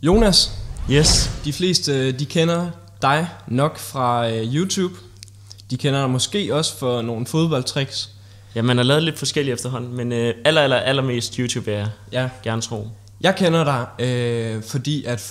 Jonas, Yes. de fleste de kender dig nok fra YouTube. De kender dig måske også for nogle fodboldtricks. Ja, man har lavet lidt forskelligt efterhånden, men allermest YouTube vil jeg gerne tro. Jeg kender dig, fordi at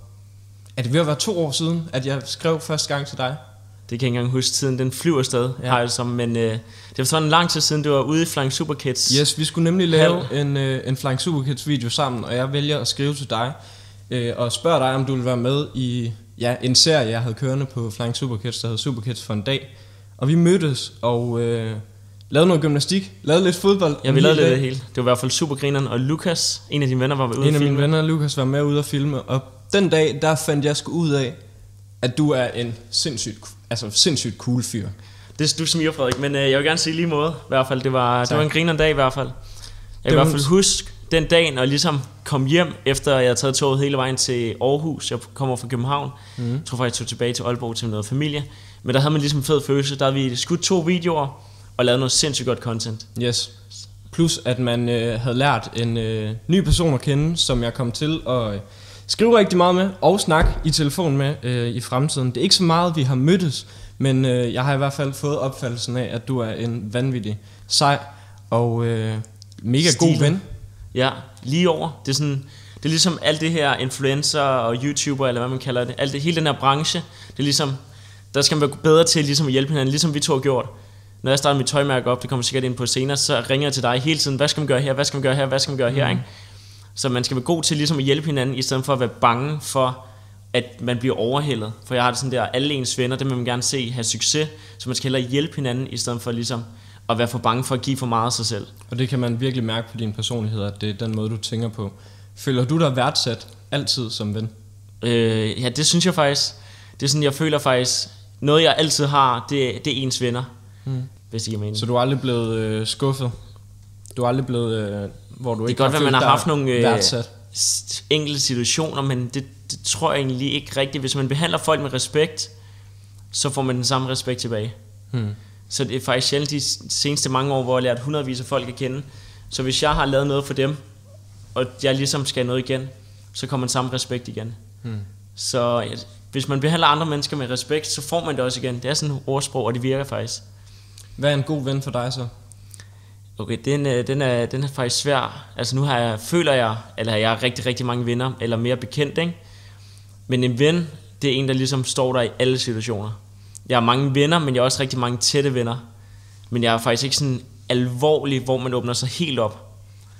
det ved at være 2 år siden, at jeg skrev første gang til dig. Det kan jeg ikke engang huske tiden, den flyver afsted, har jeg det som, men det var sådan en lang tid siden, du var ude i Flying Super Kids. Yes, vi skulle nemlig lave en Flying Super Kids video sammen, og jeg vælger at skrive til dig og spørge dig, om du vil være med i en serie, jeg havde kørende på Flying Super Kids, der hed Super Kids for en dag. Og vi mødtes og lavede noget gymnastik, lavede lidt fodbold. Ja, vi lavede lidt det hele. Det var i hvert fald supergrineren, og Lukas, en af dine venner, var ude at filme. En af mine venner, Lukas, var med ude at filme, og den dag, der fandt jeg sgu ud af, at du er en sindssygt cool fyr. Det er du som Frederik, men jeg vil gerne sige lige måde. I hvert fald, det var en grineren dag i hvert fald. Jeg vil i hvert fald huske den dag, når jeg ligesom kom hjem, efter jeg havde taget toget hele vejen til Aarhus. Jeg kommer fra København. Jeg tror faktisk, jeg tog tilbage til Aalborg til noget familie. Men der havde man ligesom en fed følelse. Der havde vi skudt 2 videoer og lavet noget sindssygt godt content. Yes. Plus at man havde lært en ny person at kende, som jeg kom til at skrive rigtig meget med og snakke i telefon med i fremtiden. Det er ikke så meget, vi har mødtes, men jeg har i hvert fald fået opfattelsen af, at du er en vanvittig sej og mega god ven. Ja, lige over. Det er ligesom alt det her influencer og YouTuber, eller hvad man kalder det. Hele den her branche, det er ligesom, der skal man være bedre til ligesom at hjælpe hinanden, ligesom vi to har gjort. Når jeg starter mit tøjmærke op, det kommer sikkert ind på senere, så ringer jeg til dig hele tiden. Hvad skal man gøre her? Hvad skal man gøre her? Hvad skal man gøre her? Ikke? Så man skal være god til ligesom at hjælpe hinanden, i stedet for at være bange for, at man bliver overhældet. For jeg har det sådan der, alle ens venner, det vil man gerne se have succes. Så man skal hellere hjælpe hinanden, i stedet for ligesom at være for bange for at give for meget af sig selv. Og det kan man virkelig mærke på din personlighed, at det er den måde, du tænker på. Føler du dig værdsat altid som ven? Ja, det synes jeg faktisk. Det er sådan, jeg føler faktisk, noget jeg altid har, det er ens venner. Hvis I mener. Så du er aldrig blevet skuffet? Du er aldrig blevet, hvor du ikke har følt dig værdsat? Det kan godt være, man har haft nogle enkelte situationer, men det tror jeg egentlig ikke rigtigt. Hvis man behandler folk med respekt, så får man den samme respekt tilbage. Så det er faktisk sjældent de seneste mange år, hvor jeg har lært hundredvis af folk at kende. Så hvis jeg har lavet noget for dem, og jeg ligesom skal noget igen, så kommer man samme respekt igen. Så hvis man behandler andre mennesker med respekt, så får man det også igen. Det er sådan et ordsprog, og det virker faktisk. Hvad er en god ven for dig så? Okay, den er faktisk svær. Altså nu føler jeg, eller jeg har rigtig, rigtig mange venner, eller mere bekendt, ikke? Men en ven, det er en, der ligesom står der i alle situationer. Jeg har mange venner, men jeg har også rigtig mange tætte venner. Men jeg er faktisk ikke sådan alvorlig, hvor man åbner sig helt op.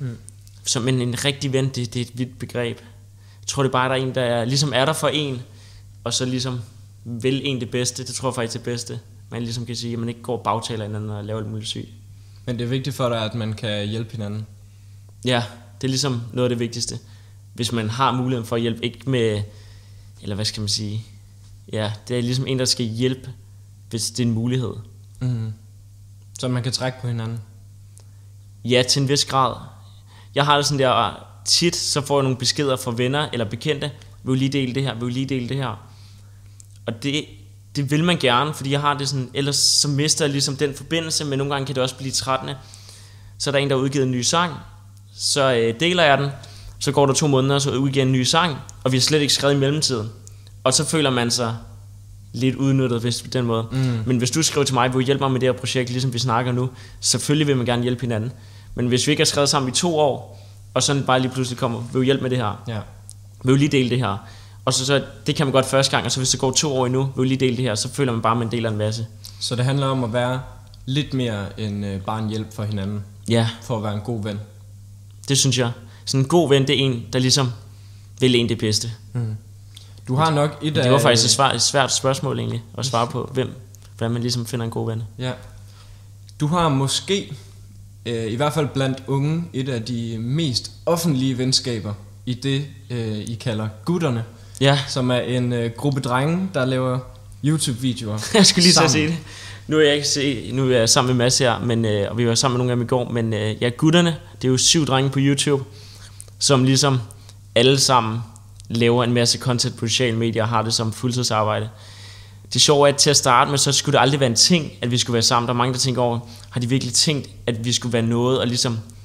Så men en rigtig ven, det er et vidt begreb. Jeg tror det bare, der er en, der ligesom er der for en, og så ligesom vil en det bedste. Det tror jeg faktisk er det bedste. Man ligesom kan sige, at man ikke går og bagtaler hinanden og laver alt muligt sygt. Men det er vigtigt for dig, at man kan hjælpe hinanden? Ja, det er ligesom noget af det vigtigste. Hvis man har muligheden for at hjælpe, ikke med, eller hvad skal man sige, ja, det er ligesom en, der skal hjælpe, hvis det er en mulighed. Så man kan trække på hinanden? Ja, til en vis grad. Jeg har det sådan der, tit så får jeg nogle beskeder fra venner eller bekendte, vil lige dele det her, vil lige dele det her. Og det vil man gerne, fordi jeg har det sådan, ellers så mister jeg ligesom den forbindelse, men nogle gange kan det også blive trættende. Så er der en, der har udgivet en ny sang, så deler jeg den, så går der 2 måneder, så udgiver en ny sang, og vi har slet ikke skrevet i mellemtiden. Og så føler man sig lidt udnyttet på den måde. Men hvis du skriver til mig, vil du hjælpe mig med det her projekt, ligesom vi snakker nu, selvfølgelig vil man gerne hjælpe hinanden. Men hvis vi ikke har skrevet sammen i 2 år, og sådan bare lige pludselig kommer, vil du hjælpe med det her? Ja. Vil du lige dele det her? Og så det kan man godt første gang, og så hvis det går 2 år endnu, vil du lige dele det her, så føler man bare, at man deler en masse. Så det handler om at være lidt mere end bare en hjælp for hinanden? Ja. For at være en god ven? Det synes jeg. Sådan en god ven, det er en, der ligesom vil en det bedste. Du har nok det var faktisk et svært spørgsmål egentlig, at svare på, hvordan man ligesom finder en god ven. Ja. Du har måske, i hvert fald blandt unge, et af de mest offentlige venskaber i det, I kalder gutterne. Ja. Som er en gruppe drenge, der laver YouTube-videoer. Jeg skulle lige så sige det. Nu er jeg sammen med Mads her, og vi var sammen med nogle af dem i går. Men ja, gutterne, det er jo 7 drenge på YouTube, som ligesom alle sammen laver en masse content på sociale medier og har det som fuldtidsarbejde. Det sjove er, at til at starte med, så skulle det aldrig være en ting, at vi skulle være sammen. Der er mange, der tænker over, har de virkelig tænkt, at vi skulle være noget, og ligesom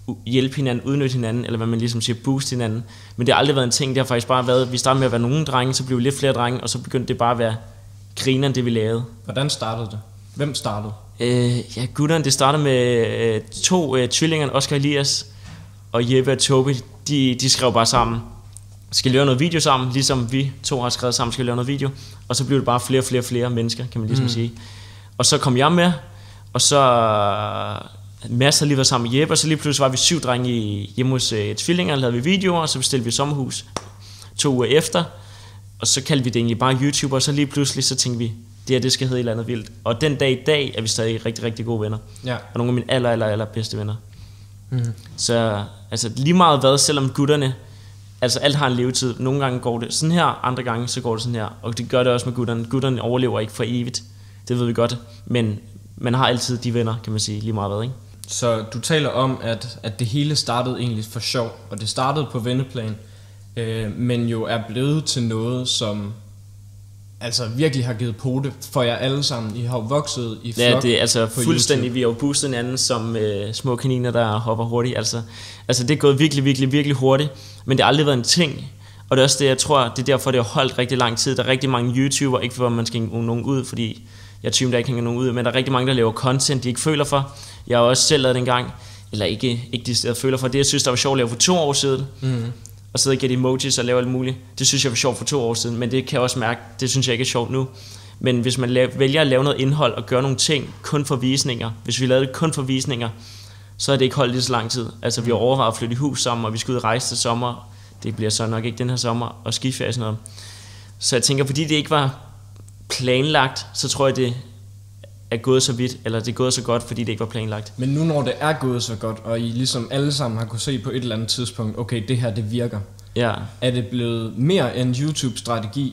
hjælpe hinanden, udnytte hinanden, eller hvad man ligesom siger, booste hinanden. Men det har aldrig været en ting, det har faktisk bare været, vi startede med at være nogle drenge, så blev vi lidt flere drenge, og så begyndte det bare at være grineren, det vi lavede. Hvordan startede det? Hvem startede? Ja, gutterne, det startede med 2 tvillinger, Oscar Elias og Jeppe og Tobi. De skrev bare sammen, skal lave noget video sammen, ligesom vi 2 har skrevet sammen, skal lave noget video. Og så blev det bare flere mennesker, kan man ligesom sige. Og så kom jeg med, og så Mads har lige været sammen med Jeppe, og så lige pludselig var vi 7 drenge hjemme hos tvillinger, lavede vi videoer, og så bestilte vi sommerhus 2 uger efter. Og så kaldte vi det egentlig bare YouTube, og så lige pludselig så tænkte vi, det skal hedde et eller andet vildt. Og den dag i dag er vi stadig rigtig, rigtig gode venner. Ja. Og nogle af mine aller bedste venner. Så altså lige meget hvad, selvom gutterne, altså alt har en levetid. Nogle gange går det sådan her, andre gange så går det sådan her. Og det gør det også med gutterne. Gutterne overlever ikke for evigt, det ved vi godt. Men man har altid de venner, kan man sige, lige meget hvad, ikke? Så du taler om, at det hele startede egentlig for sjov, og det startede på venneplan, men jo er blevet til noget, som altså virkelig har givet pote for jer alle sammen. I har jo vokset i flok. Ja, det er altså fuldstændig, YouTube. vi har jo boostet hinanden som små kaniner, der hopper hurtigt. Altså det er gået virkelig hurtigt, men det har aldrig været en ting. Og det er også det, jeg tror, det er derfor, det har holdt rigtig lang tid. Der er rigtig mange YouTubere, ikke for, at man skal hænge nogen ud, fordi jeg typen, der ikke hænger nogen ud, men der er rigtig mange, der laver content, de ikke føler for. Jeg har også selv lavet det engang, eller ikke de steder føler for. Det, jeg synes, der var sjovt at lave for 2 år siden, og sidde og gætte emojis og lave alt muligt, det synes jeg var sjovt for 2 år siden, men det kan jeg også mærke, det synes jeg ikke er sjovt nu. Men hvis man vælger at lave noget indhold og gøre nogle ting kun for visninger, hvis vi lavede det kun for visninger, så er det ikke holdt lige så lang tid. Altså vi har overvejet at flytte i hus sammen, og vi skal ud og rejse til sommer. Det bliver så nok ikke den her sommer, og skiferie og sådan noget. Så jeg tænker, fordi det ikke var planlagt, så tror jeg, det er gået så vidt, eller det er gået så godt, fordi det ikke var planlagt. Men nu når det er gået så godt, og I ligesom alle sammen har kunne se på et eller andet tidspunkt, okay, det her det virker. Ja. Er det blevet mere en YouTube-strategi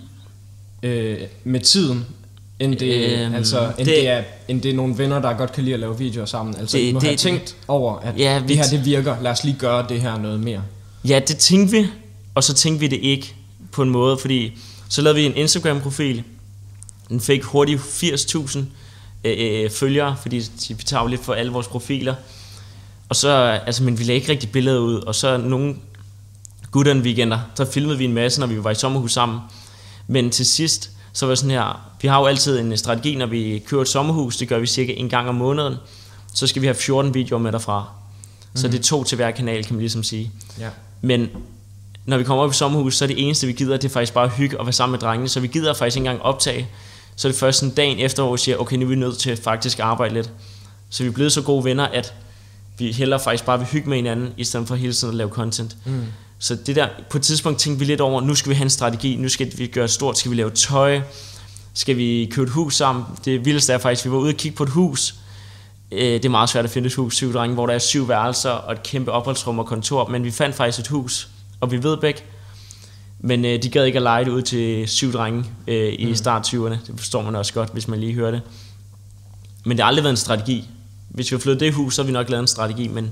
med tiden, end det, end det er nogle venner, der godt kan lide at lave videoer sammen? Altså I må have tænkt over, at det her det virker, lad os lige gøre det her noget mere. Ja, det tænkte vi, og så tænkte vi det ikke på en måde, fordi så lavede vi en Instagram-profil. Den fik hurtigt 80.000 følgere, fordi vi tager jo lidt for alle vores profiler. Og så, altså, men vi lagde ikke rigtig billeder ud, og så nogle gutterne weekender, så filmede vi en masse, når vi var i sommerhus sammen. Men til sidst, så var det sådan her, vi har jo altid en strategi, når vi kører et sommerhus, det gør vi cirka en gang om måneden, så skal vi have 14 videoer med derfra. Så det er 2 til hver kanal, kan man ligesom sige. Ja. Men når vi kommer op i sommerhus, så er det eneste vi gider, det er faktisk bare at hygge og være sammen med drengene, så vi gider faktisk ikke engang optage. Så er det først en dagen efter, hvor vi siger, okay, nu er vi nødt til at faktisk arbejde lidt. Så vi er blevet så gode venner, at vi hellere faktisk bare vil hygge med hinanden, i stedet for hele tiden at lave content. Så det der, på et tidspunkt tænkte vi lidt over, nu skal vi have en strategi, nu skal vi gøre stort, skal vi lave tøj, skal vi købe et hus sammen. Det vildeste er faktisk, vi var ude og kigge på et hus. Det er meget svært at finde et hus, 7 drenge, hvor der er 7 værelser og et kæmpe opholdsrum og kontor, men vi fandt faktisk et hus, og vi ved begge. Men de gad ikke at lege det ud til 7 drenge i start 20'erne. Det forstår man også godt, hvis man lige hører det. Men det har aldrig været en strategi. Hvis vi har flyttet det hus, så har vi nok lavet en strategi, men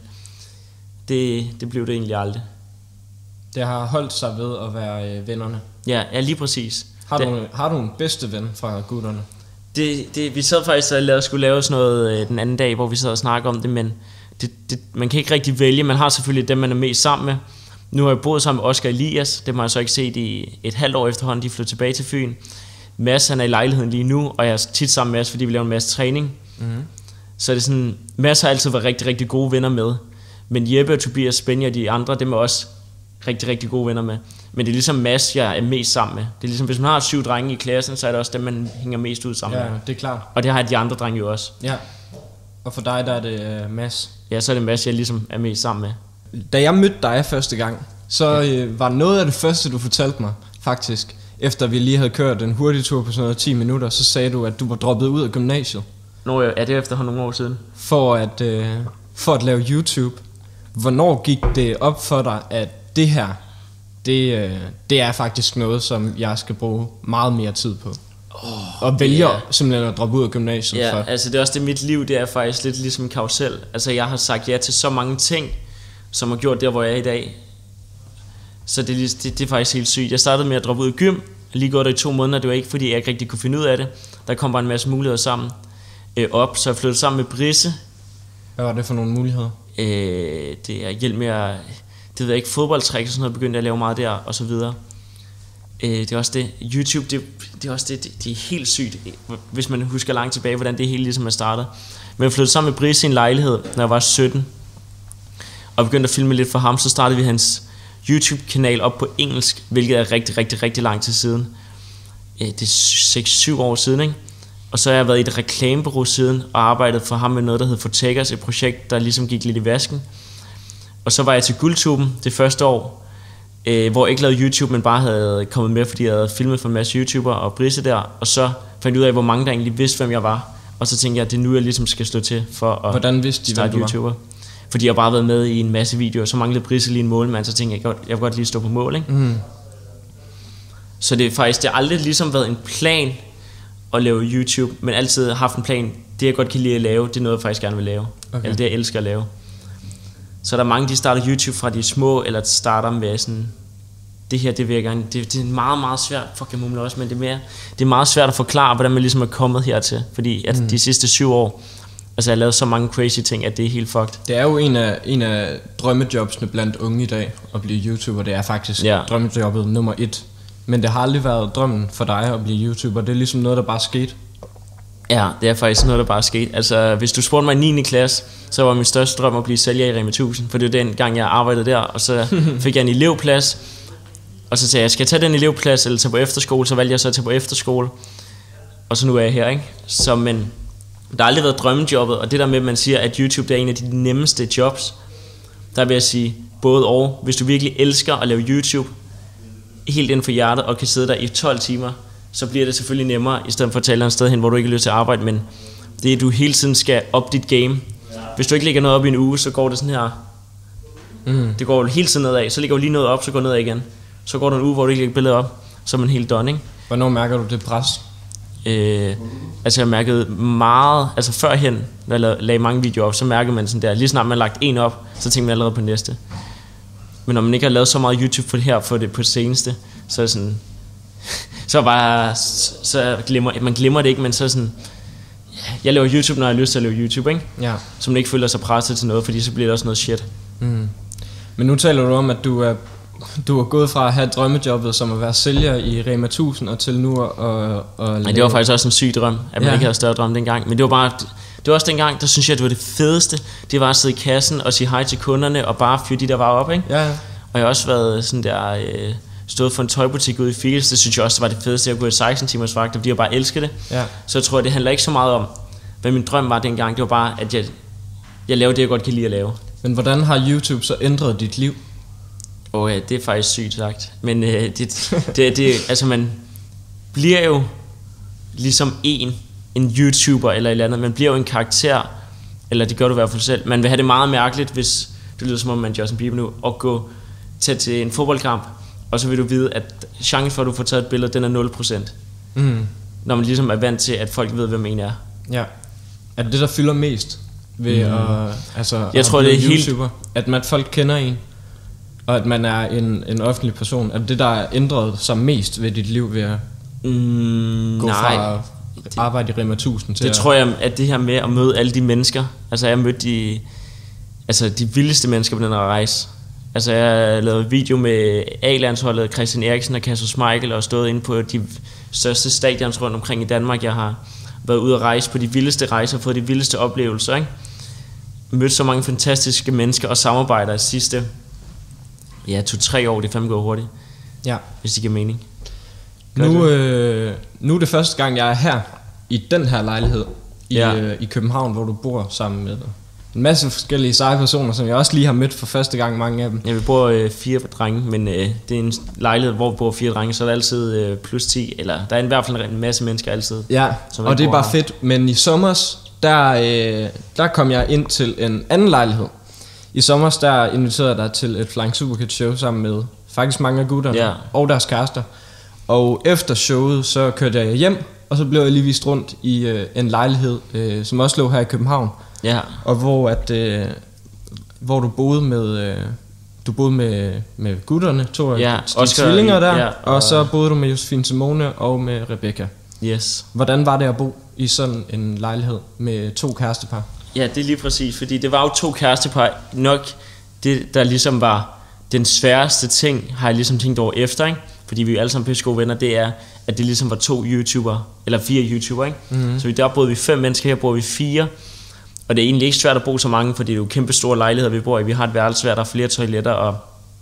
det blev det egentlig aldrig. Det har holdt sig ved at være vennerne. Ja, lige præcis. Har du en bedste ven fra gutterne? Vi sad faktisk og skulle lave sådan noget den anden dag, hvor vi sad og snakkede om det, men man kan ikke rigtig vælge. Man har selvfølgelig dem, man er mest sammen med. Nu har jeg boet sammen med Oscar Elias. Det har jeg så ikke set i et halvt år efterhånden. De flyttede tilbage til Fyn. Mads, han er i lejligheden lige nu, og jeg er tit sammen med Mads, fordi vi laver en masse træning. Så det er sådan, Mads har altid været rigtig, rigtig gode venner med. Men Jeppe og Tobias, Benja og de andre, dem er også rigtig, rigtig gode venner med. Men det er ligesom Mads, jeg er mest sammen med. Det er ligesom, hvis man har 7 drenge i klassen, så er det også dem, man hænger mest ud sammen med. Ja, det er klart. Og det har de andre drenge jo også. Ja. Og for dig, der er det Mads? Ja, så er det Mads, jeg ligesom er mest sammen med. Da jeg mødte dig første gang, så var noget af det første, du fortalte mig, faktisk, efter vi lige havde kørt en hurtig tur på sådan noget 10 minutter, så sagde du, at du var droppet ud af gymnasiet. Nå, er det efter nogle år siden? For at lave YouTube. Hvornår gik det op for dig, at det her, det er faktisk noget, som jeg skal bruge meget mere tid på? Og vælger simpelthen at droppe ud af gymnasiet. Ja, altså det er også det, mit liv, det er faktisk lidt ligesom en karusel. Altså jeg har sagt ja til så mange ting, som har gjort der, hvor jeg er i dag. Så det er faktisk helt sygt. Jeg startede med at droppe ud af gym, lige gået der i 2 måneder. Det var ikke fordi jeg ikke rigtig kunne finde ud af det. Der kom bare en masse muligheder sammen op, så jeg flyttede sammen med Brisse. Hvad var det for nogle muligheder? Det er hjælp med at, det ved jeg ikke, fodboldtræk og sådan noget, begyndte jeg at lave meget der, og så videre. Det er også det, YouTube, det er også det er helt sygt, hvis man husker langt tilbage, hvordan det hele ligesom er startet. Men jeg flyttede sammen med Brice i en lejlighed, når jeg var 17, og begyndte at filme lidt for ham, så startede vi hans YouTube-kanal op på engelsk, hvilket er rigtig, rigtig, rigtig lang tid siden. Det er 6-7 år siden, ikke? Og så har jeg været i et reklamebureau siden, og arbejdet for ham med noget, der hed Fortækkers, et projekt, der ligesom gik lidt i vasken. Og så var jeg til Guldtuben det første år, hvor jeg ikke lavede YouTube, men bare havde kommet med, fordi jeg havde filmet for en masse YouTubere og Brice der. Og så fandt jeg ud af, hvor mange der egentlig vidste, hvem jeg var. Og så tænkte jeg, at det er nu, jeg ligesom skal slå til for at Hvordan vidste de, starte YouTuber. Fordi jeg bare været med i en masse videoer, så manglede Brice lige en målmand, så tænkte jeg vil godt lige stå på mål, ikke? Mm. Så det er faktisk, det har aldrig ligesom været en plan at lave YouTube, men altid haft en plan. Det jeg godt kan lide at lave, det er noget jeg faktisk gerne vil lave. Okay. Eller det jeg elsker at lave. Så der er mange, de starter YouTube fra de små, eller starter med sådan, det her, det vil jeg gerne. Det er meget, meget svært, fuck jeg mumler også, men det er meget svært at forklare, hvordan man ligesom er kommet hertil. Fordi at de sidste 7 år, altså jeg har lavet så mange crazy ting, at det er helt fucked. Det er jo en af drømmejobsene blandt unge i dag, at blive YouTuber. Det er faktisk drømmejobbet nummer 1. Men det har aldrig været drømmen for dig at blive YouTuber. Det er ligesom noget, der bare skete. Ja, det er faktisk noget, der bare skete. Altså, hvis du spurgte mig i 9. klasse, så var min største drøm at blive sælger i Rema 1000. For det var den gang, jeg arbejdede der, og så fik jeg en elevplads. Og så sagde jeg, skal jeg tage den elevplads eller tage på efterskole? Så valgte jeg så at tage på efterskole. Og så nu er jeg her, ikke? Så, men der har aldrig været drømmejobbet. Og det der med, at man siger, at YouTube det er en af de nemmeste jobs, der vil jeg sige både og. Hvis du virkelig elsker at lave YouTube helt inden for hjertet og kan sidde der i 12 timer, så bliver det selvfølgelig nemmere, i stedet for at tage et sted hen, hvor du ikke har lyst til at arbejde. Men det er, du hele tiden skal op dit game. Hvis du ikke lægger noget op i en uge, så går det sådan her. Det går hele tiden nedad. Så lægger du lige noget op, så går nedad igen. Så går der en uge, hvor du ikke lægger billedet op, så er man helt done, ikke? Hvornår mærker du det pres? Altså jeg mærkede meget, altså førhen, når jeg lagde mange videoer op, så mærkede man sådan der, lige snart man har lagt en op, så tænker man allerede på næste. Men når man ikke har lavet så meget YouTube for det på det seneste, så er det sådan, så glemmer det ikke, men så er sådan, jeg laver YouTube, når jeg har lyst til at lave YouTube, ikke? Ja. Så man ikke føler sig presset til noget, fordi så bliver det også noget shit. Men nu taler du om, at du er gået fra at have drømmejobbet som at være sælger i Rema 1000 og til nu at men det var faktisk også en syg drøm, at man ikke havde større drøm dengang. Men det var også dengang, der synes jeg, at det var det fedeste. Det var at sidde i kassen og sige hej til kunderne og bare fyre de der varer op, ikke? Ja. Og jeg har også været sådan der, stået for en tøjbutik ude i Fields. Det synes jeg også var det fedeste. Jeg kunne gå i 16 timers vagt, fordi jeg bare elskede det. Ja. Så jeg tror, det handler ikke så meget om, hvad min drøm var dengang. Det var bare, at jeg lavede det, jeg godt kan lide at lave. Men hvordan har YouTube så ændret dit liv? Ja, det er faktisk sygt sagt. Men altså man bliver jo ligesom en YouTuber eller et eller andet. Man bliver jo en karakter, eller det gør du i hvert fald selv. Man vil have det meget mærkeligt, hvis det lyder som om man Justin Bieber nu, og gå til en fodboldkamp, og så vil du vide, at chancen for at du får taget et billede, den er 0%. Når man ligesom er vant til, at folk ved, hvem en er. Ja. Er det der fylder mest ved jeg tror, det er YouTuber? At folk kender en, og at man er en offentlig person. Er det der er ændret sig mest ved dit liv ved at gå fra at arbejde i Rema 1000 til det tror jeg, at det her med at møde alle de mennesker. Altså jeg mødte de vildeste mennesker på den her rejse. Altså jeg har lavet video med A-landsholdet, Christian Eriksen og Kasper Schmeichel, og stået inde på de største stadions rundt omkring i Danmark. Jeg har været ude at rejse på de vildeste rejser og fået de vildeste oplevelser, ikke? Mødt så mange fantastiske mennesker og samarbejder de sidste 2-3 år. Det er fandme gået hurtigt, hvis det giver mening. Nu er det første gang jeg er her i den her lejlighed i København, hvor du bor sammen med en masse forskellige seje personer, som jeg også lige har mødt for første gang, mange af dem. Ja, vi bor 4 drenge, men det er en lejlighed, hvor vi bor 4 drenge, så er der altid plus 10, eller der er i hvert fald en masse mennesker altid. Ja, og det er bare fedt, men i sommers, der kom jeg ind til en anden lejlighed. I sommers, der inviterede jeg dig til et Flying Superkids show sammen med faktisk mange af gutterne og deres kærester. Og efter showet, så kørte jeg hjem, og så blev jeg lige vist rundt i en lejlighed, som også lå her i København. Ja. Og hvor du boede med gutterne, to af de tvillinger der, og så boede du med Josefine Simone og med Rebecca. Yes. Hvordan var det at bo i sådan en lejlighed med 2 kærestepar? Ja, det er lige præcis, fordi det var jo 2 kærestepar. Nok det, der ligesom var den sværeste ting, har jeg ligesom tænkt over efter, ikke? Fordi vi er alle sammen pisse gode venner, det er, at det ligesom var 2 YouTubere, eller 4 YouTubere, ikke? Mm-hmm. Så der boede vi 5 mennesker, her boede vi 4. Og det er egentlig ikke svært at bo så mange, fordi det er jo kæmpe store lejligheder, vi bor i. Vi har et værelse, der er flere toiletter og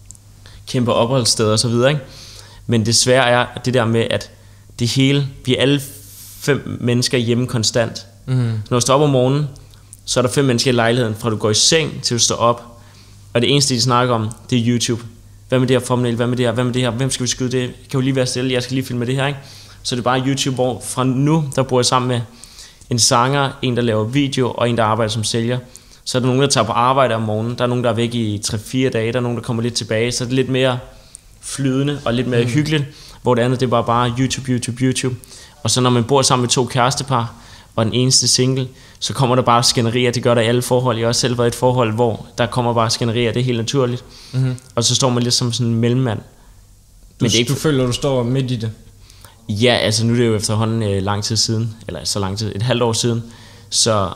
kæmpe opholdssteder og så videre, ikke? Men det svære er det der med, at det hele, vi er alle 5 mennesker hjemme konstant. Mm-hmm. Så når du står op om morgenen, så er der 5 mennesker i lejligheden, fra du går i seng til du står op. Og det eneste, de snakker om, det er YouTube. Hvad med det her thumbnail? Hvad med det her? Hvad med det her? Hvem skal vi skyde det? Kan jo lige være stille? Jeg skal lige filme det her, ikke? Så det er bare YouTube, hvor fra nu, der bor jeg sammen med en sanger, en der laver video, og en der arbejder som sælger. Så er der nogen, der tager på arbejde om morgenen. Der er nogen, der er væk i 3-4 dage. Der er nogen, der kommer lidt tilbage. Så er det lidt mere flydende og lidt mere hyggeligt. Hvor det andet, det var bare YouTube. Og så når man bor sammen med 2 kærestepar, og den eneste single, så kommer der bare skænderier. Det gør der i alle forhold. Jeg har også selv været i et forhold, hvor der kommer bare skænderier. Det er helt naturligt. Mm-hmm. Og så står man lidt som sådan en mellemmand. Men du føler, du står midt i det? Ja, altså nu er det jo efterhånden lang tid siden. Eller så lang tid, et halvt år siden. Så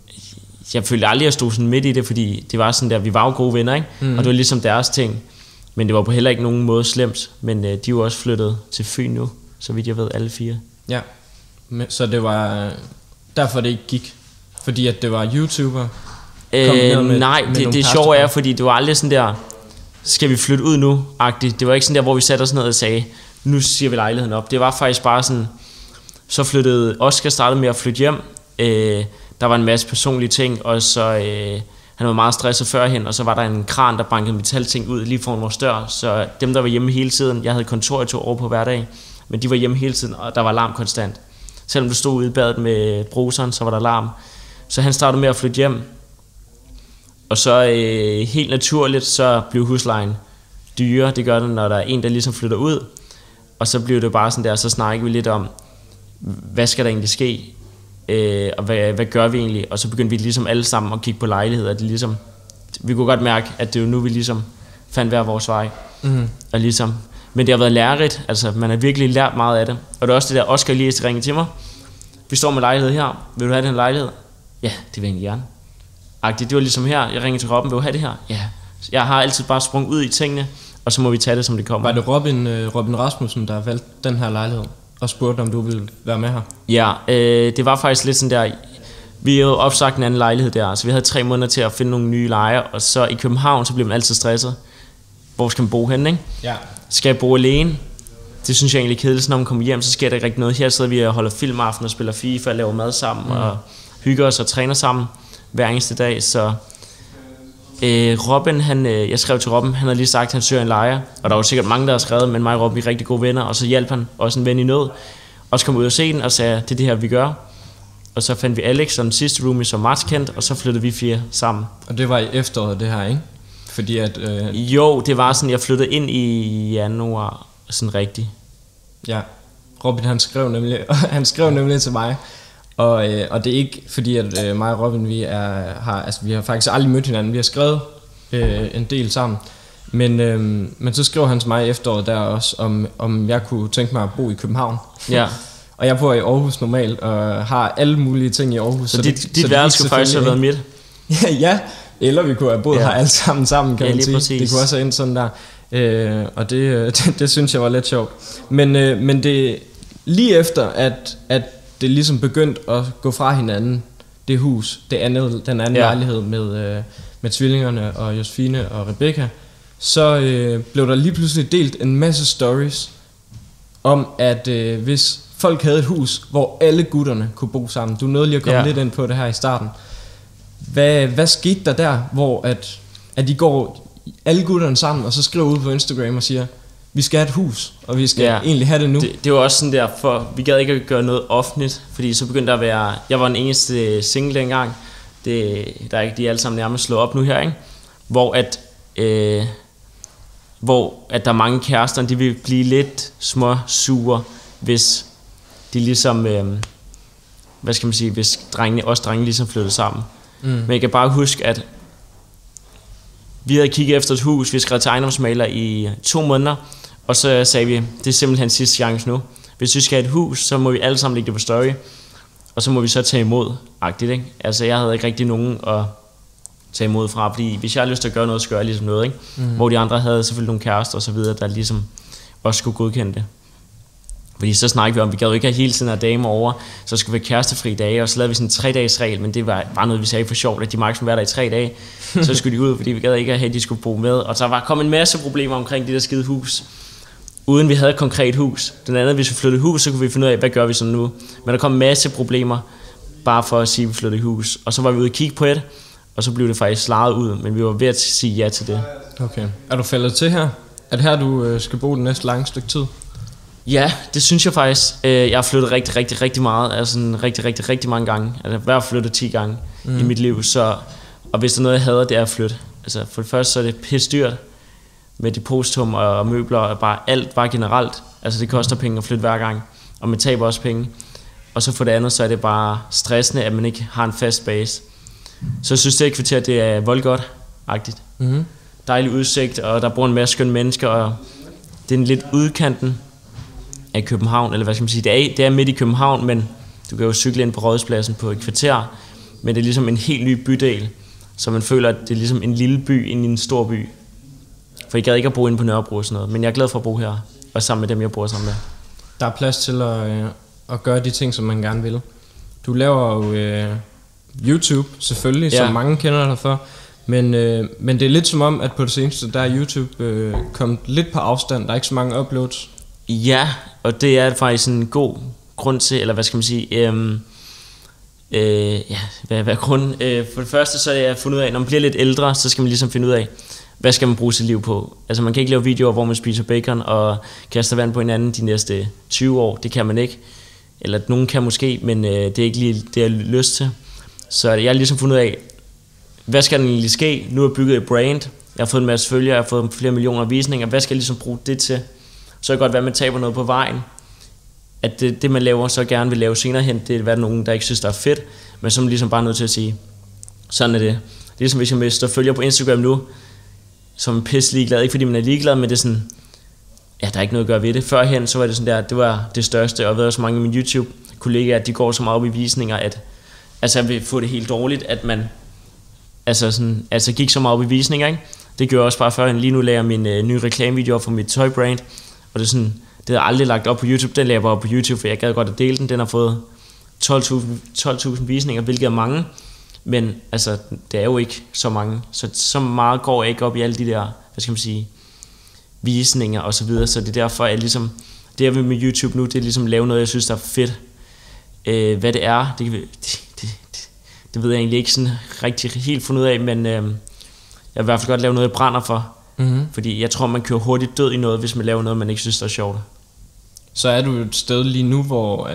jeg følte aldrig, at jeg stod sådan midt i det, fordi det var sådan der, vi var jo gode venner, ikke? Mm-hmm. Og det var ligesom deres ting. Men det var på heller ikke nogen måde slemt. Men de er jo også flyttet til Fyn nu, så vidt jeg ved, alle 4. Ja, så det var derfor det ikke gik? Fordi at det var YouTuber? Nej, det sjove er, fordi det var aldrig sådan der, skal vi flytte ud nu-agtigt. Det var ikke sådan der, hvor vi satte os ned og sagde, nu siger vi lejligheden op. Det var faktisk bare sådan, så flyttede Oscar, startede med at flytte hjem. Der var en masse personlige ting, og så han var meget stresset førhen, og så var der en kran, der bankede metalting ud lige foran vores dør. Så dem, der var hjemme hele tiden, jeg havde kontor i 2 år på hverdag, men de var hjemme hele tiden, og der var larm konstant. Selvom du stod ude i badet med bruseren, så var der larm. Så han startede med at flytte hjem. Og så helt naturligt, så blev huslejen dyre. Det gør det, når der er en, der ligesom flytter ud. Og så blev det bare sådan der, så snakkede vi lidt om, hvad skal der egentlig ske? Og hvad gør vi egentlig? Og så begyndte vi ligesom alle sammen at kigge på lejligheder. Det ligesom, vi kunne godt mærke, at det er jo nu, vi ligesom fandt hver vores vej. Mm-hmm. Og ligesom, men det har været lærerigt, altså man har virkelig lært meget af det. Og det er også det der, Oscar lige ringede til mig. Vi står med lejlighed her, vil du have den lejlighed? Ja, det vil jeg egentlig gerne. Det var ligesom her, jeg ringede til Robin, vil du have det her? Ja. Jeg har altid bare sprunget ud i tingene, og så må vi tage det, som det kommer. Var det Robin Rasmussen, der valgte den her lejlighed, og spurgte, om du ville være med her? Ja, det var faktisk lidt sådan der, vi havde opsagt en anden lejlighed der, så vi havde 3 måneder til at finde nogle nye lejer, og så i København, så blev man altid stresset. Hvor skal man bo henne, ikke? Ja. Skal jeg bo alene? Det synes jeg egentlig er kedeligt, når man kommer hjem, så sker der ikke rigtig noget. Her sidder vi og holder filmaften og spiller FIFA og laver mad sammen, og hygger os og træner sammen hver eneste dag. Så Robin, jeg skrev til Robin, han havde lige sagt, at han søger en lejer, og der var sikkert mange, der har skrevet, men mig og Robin er rigtig gode venner, og så hjalp han også en ven i nød, og så kom ud og se den og sagde, det er det her, vi gør. Og så fandt vi Alex som sidste roomie, som Marts kendt, og så flyttede vi 4 sammen. Og det var i efteråret, det her, ikke? Fordi at... Jo, det var sådan, jeg flyttede ind i januar, sådan rigtigt. Ja, Robin han skrev nemlig til mig, og det er ikke fordi at mig og Robin vi har faktisk aldrig mødt hinanden. Vi har skrevet en del sammen, men så skrev han til mig i efteråret der også om jeg kunne tænke mig at bo i København. Ja. Og jeg bor i Aarhus normalt og har alle mulige ting i Aarhus. Så dit værelse skulle faktisk have været midt. Ja, eller vi kunne have boet her alle sammen, kan man sige. Præcis. Det kunne også have endt sådan der. Og det synes jeg var lidt sjovt. Men det lige efter at det ligesom begyndte at gå fra hinanden, det hus, den anden lejlighed med tvillingerne og Josefine og Rebecca, så blev der lige pludselig delt en masse stories om at hvis folk havde et hus, hvor alle gutterne kunne bo sammen. Du nåede lige at komme lidt ind på det her i starten. Hvad skete der, hvor at de går alle gutterne sammen, og så skriver ud på Instagram og siger, vi skal have et hus, og vi skal egentlig have det nu. Det var også sådan der, for vi gad ikke at gøre noget offentligt, fordi så begyndte der at være, jeg var den eneste single dengang, der er ikke de alle sammen nærmest slået op nu her, ikke? Hvor at der er mange kærester, de vil blive lidt små sure, hvis de ligesom, hvad skal man sige, hvis drengene ligesom flyttede sammen. Men jeg kan bare huske, at vi havde kigget efter et hus, vi skrev til ejendomsmaler i 2 måneder, og så sagde vi, det er simpelthen sidste chance nu. Hvis vi skal have et hus, så må vi alle sammen lægge det på story. og så må vi så tage imod, agtigt, ikke? Altså jeg havde ikke rigtig nogen at tage imod fra, fordi hvis jeg har lyst til at gøre noget, så gør jeg ligesom noget, ikke? Hvor de andre havde selvfølgelig nogle kærester og så videre, der ligesom også skulle godkende det. Fordi så snakkede vi om, vi gad jo ikke have hele tiden af damer over, så skulle vi have kærestefri dage, og så lavede vi sådan en 3-dages regel, men det var bare noget, vi sagde for sjovt, at de maksimum var der i 3 dage, så skulle de ud, fordi vi gad ikke have, at de skulle bo med, og så var kommet en masse problemer omkring det der skide hus, uden vi havde et konkret hus. Den anden, hvis vi flyttede hus, så kunne vi finde ud af, hvad gør vi så nu, men der kom en masse problemer, bare for at sige, at vi flyttede hus, og så var vi ude og kigge på et, og så blev det faktisk slaget ud, men vi var ved at sige ja til det. Okay. Er du faldet til her? Er det her, du skal bo det næste lange stykke tid? Ja, det synes jeg faktisk. Jeg har flyttet rigtig meget, altså sådan rigtig mange gange. Altså jeg har flyttet 10 gange i mit liv, så, og hvis der er noget, jeg hader, det er at flytte. Altså for det første, så er det pisse dyrt med depositum og møbler og bare alt, bare generelt. Altså det koster penge at flytte hver gang, og man taber også penge. Og så for det andet, så er det bare stressende, at man ikke har en fast base. Så jeg synes, det kvarter, det er voldgodt-agtigt. Dejlig udsigt, og der bor en masse skønne mennesker, og det er en lidt udkanten af København, eller hvad skal man sige, det er midt i København, men du kan jo cykle ind på Rådhuspladsen på et kvarter, men det er ligesom en helt ny bydel, så man føler, at det er ligesom en lille by ind i en stor by. For jeg gad ikke at bo inde på Nørrebro og sådan noget, men jeg er glad for at bo her, og sammen med dem, jeg bor sammen med. Der er plads til at gøre de ting, som man gerne vil. Du laver jo YouTube, selvfølgelig, som mange kender dig for, men det er lidt som om, at på det seneste, der er YouTube kommet lidt på afstand, der er ikke så mange uploads. Ja, og det er faktisk en god grund til, eller hvad skal man sige, hvad er grunden? For det første, så er jeg fundet ud af, når man bliver lidt ældre, så skal man ligesom finde ud af, hvad skal man bruge sit liv på? Altså man kan ikke lave videoer, hvor man spiser bacon og kaster vand på hinanden de næste 20 år, det kan man ikke. Eller nogen kan måske, men det er ikke lige det, jeg har lyst til. Så jeg har ligesom fundet ud af, hvad skal der egentlig ske? Nu har jeg bygget et brand, jeg har fået en masse følgere, jeg har fået flere millioner visninger, hvad skal jeg ligesom bruge det til? Så kan det godt være, at man taber noget på vejen. At det man laver, så gerne vil lave senere hen, det er hvad nogen, der ikke synes, der er fedt, men som ligesom bare er nødt til at sige, sådan er det. Det er ligesom hvis jeg mister følger på Instagram nu, som er pisse ligeglad, ikke fordi man er ligeglad, men det er sådan, ja, der er ikke noget at gøre ved det. Førhen, så var det sådan der, det var det største, og jeg ved også mange af mine YouTube-kollegaer, at de går så meget op i visninger, at altså jeg vil få det helt dårligt, at man altså gik så meget op i visninger, ikke? Det gjorde jeg også bare førhen. Lige nu laver jeg min nye reklamevideo for mit tøjbrand, og det er sådan, det har jeg aldrig lagt op på YouTube, den laver jeg bare op på YouTube, for jeg gad godt at dele den. Den har fået 12.000 visninger, hvilket er mange, men altså, det er jo ikke så mange, så meget går jeg ikke op i alle de der, hvad skal man sige, visninger og så videre, så det er derfor, at ligesom, det jeg vil med YouTube nu, det er ligesom at lave noget, jeg synes, der er fedt. Hvad det er, det ved jeg egentlig ikke sådan rigtig helt fundet ud af, men jeg vil i hvert fald godt lave noget, jeg brænder for. Fordi jeg tror, man kører hurtigt død i noget, hvis man laver noget, man ikke synes, der er sjovt. Så er du et sted lige nu, hvor